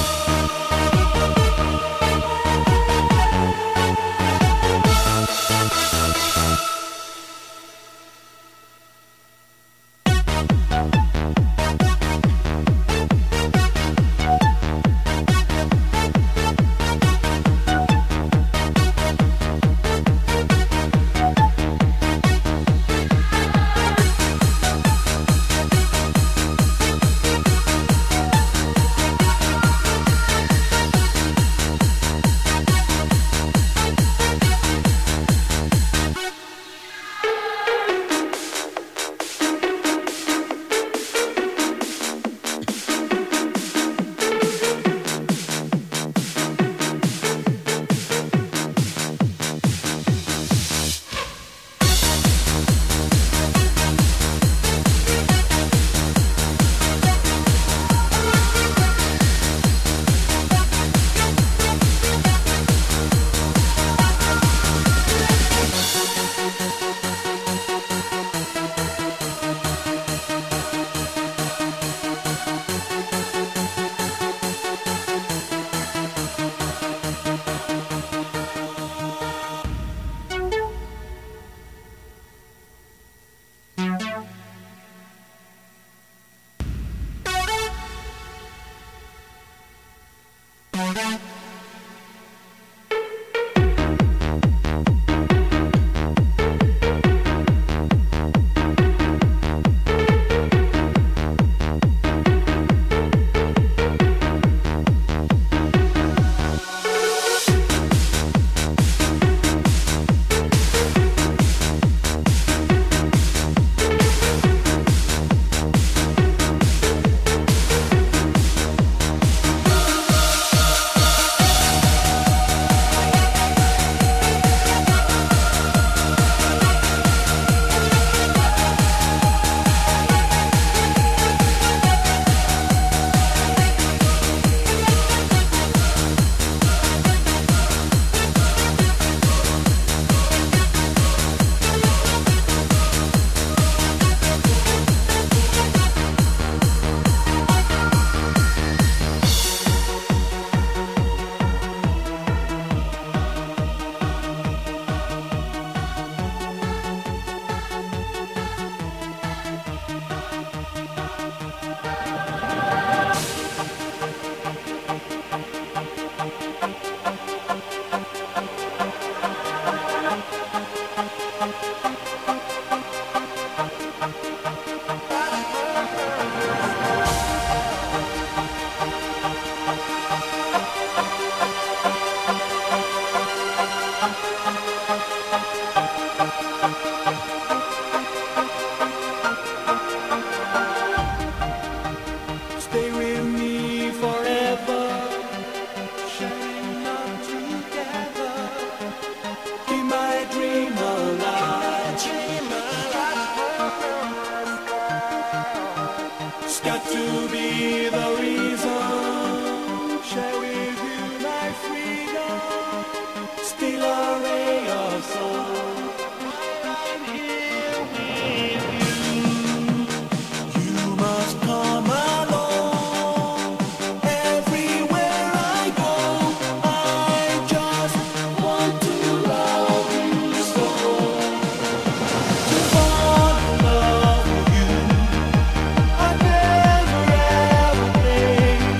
got to be the reason. Share with you my freedom. Still a ray of sun. I'm here with you. You must come along. Everywhere I go, I just want to love you so. To fall in love with you, I never ever think.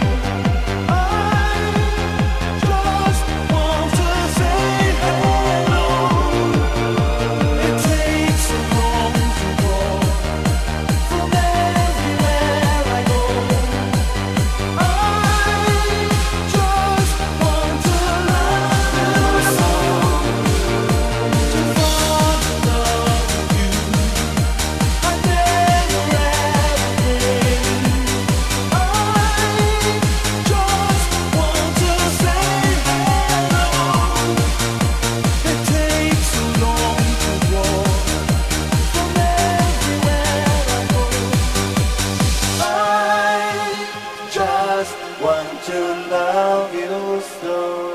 I just want to say hello. It takes so long to go from everywhere I go. I just want to love you so. To fall in love with you, I never ever think. I just want to say hello. It takes so long to walk from everywhere I go. I just want to love you so.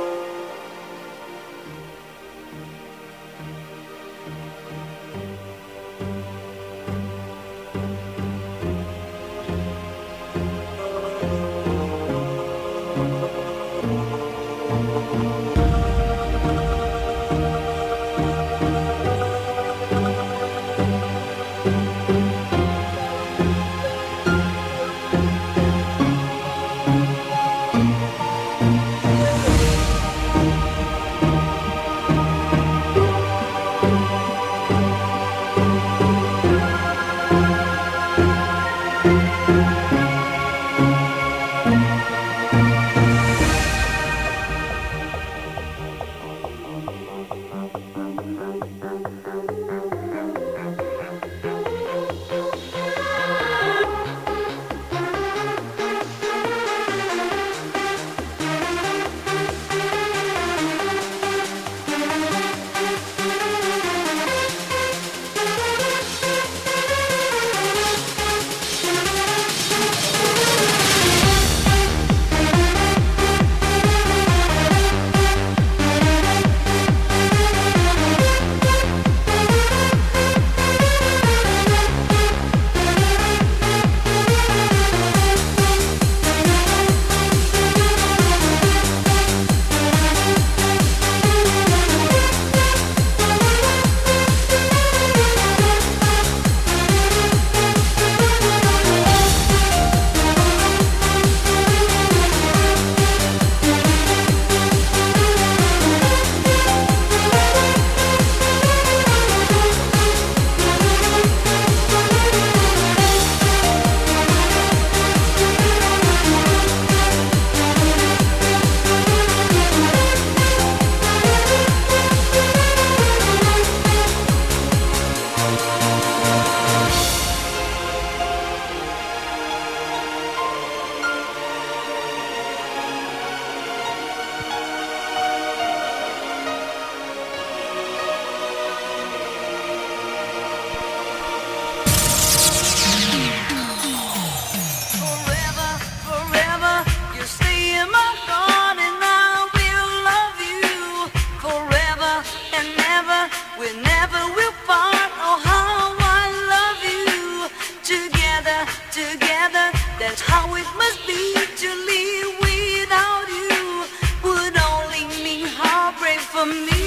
Forever, forever, you stay in my heart and I will love you. Forever and never, we never will part. Oh, how I love you. Together, together, that's how it must be. To live without you would only mean heartbreak for me.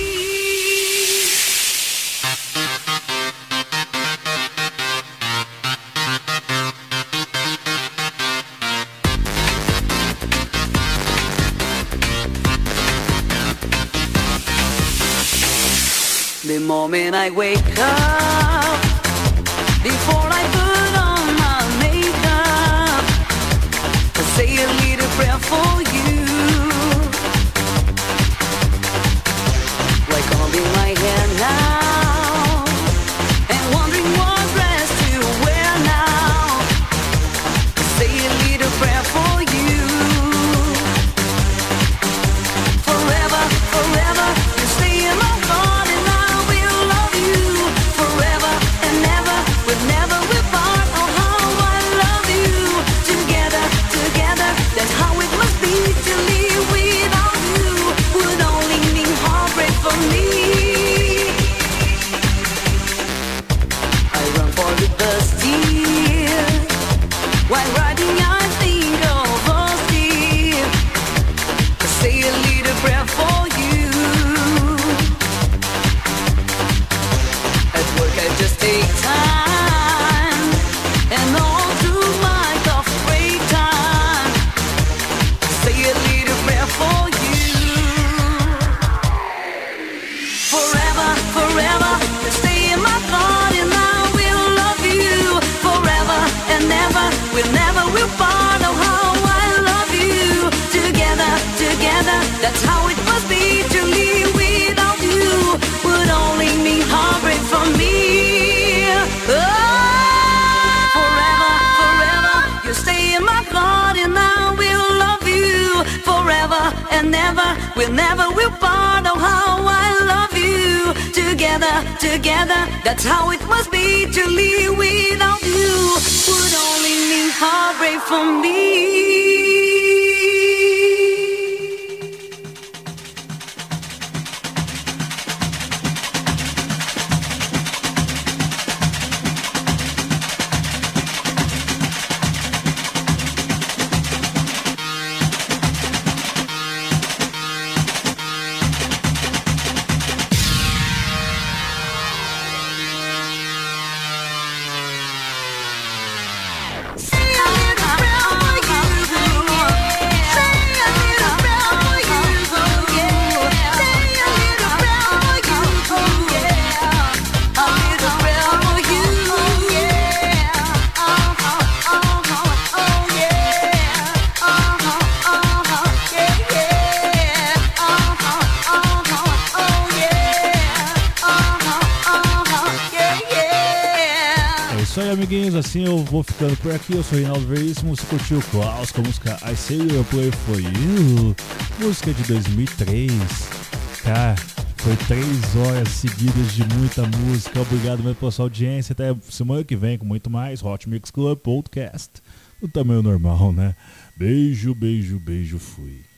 The moment I wake up, before I put on my makeup, I say a little prayer for you. Like holding my hand now, and wondering what dress to wear now. I say a little prayer for you. Forever, forever, you stay in my heart and I will love you. Forever we'll never will part. Oh, how I love you. Together, together, that's how it must be to live without you. Would only mean heartbreak for me. Amiguinhos, assim eu vou ficando por aqui. Eu sou o Reinaldo Veríssimo. Você curtiu o Klaus com a música I Say You'll Play For You, música de 2003. Cara, foi 3 horas seguidas de muita música. Obrigado mesmo pela sua audiência. Até semana que vem com muito mais Hot Mix Club Podcast no tamanho normal, né? Beijo, beijo, beijo, fui.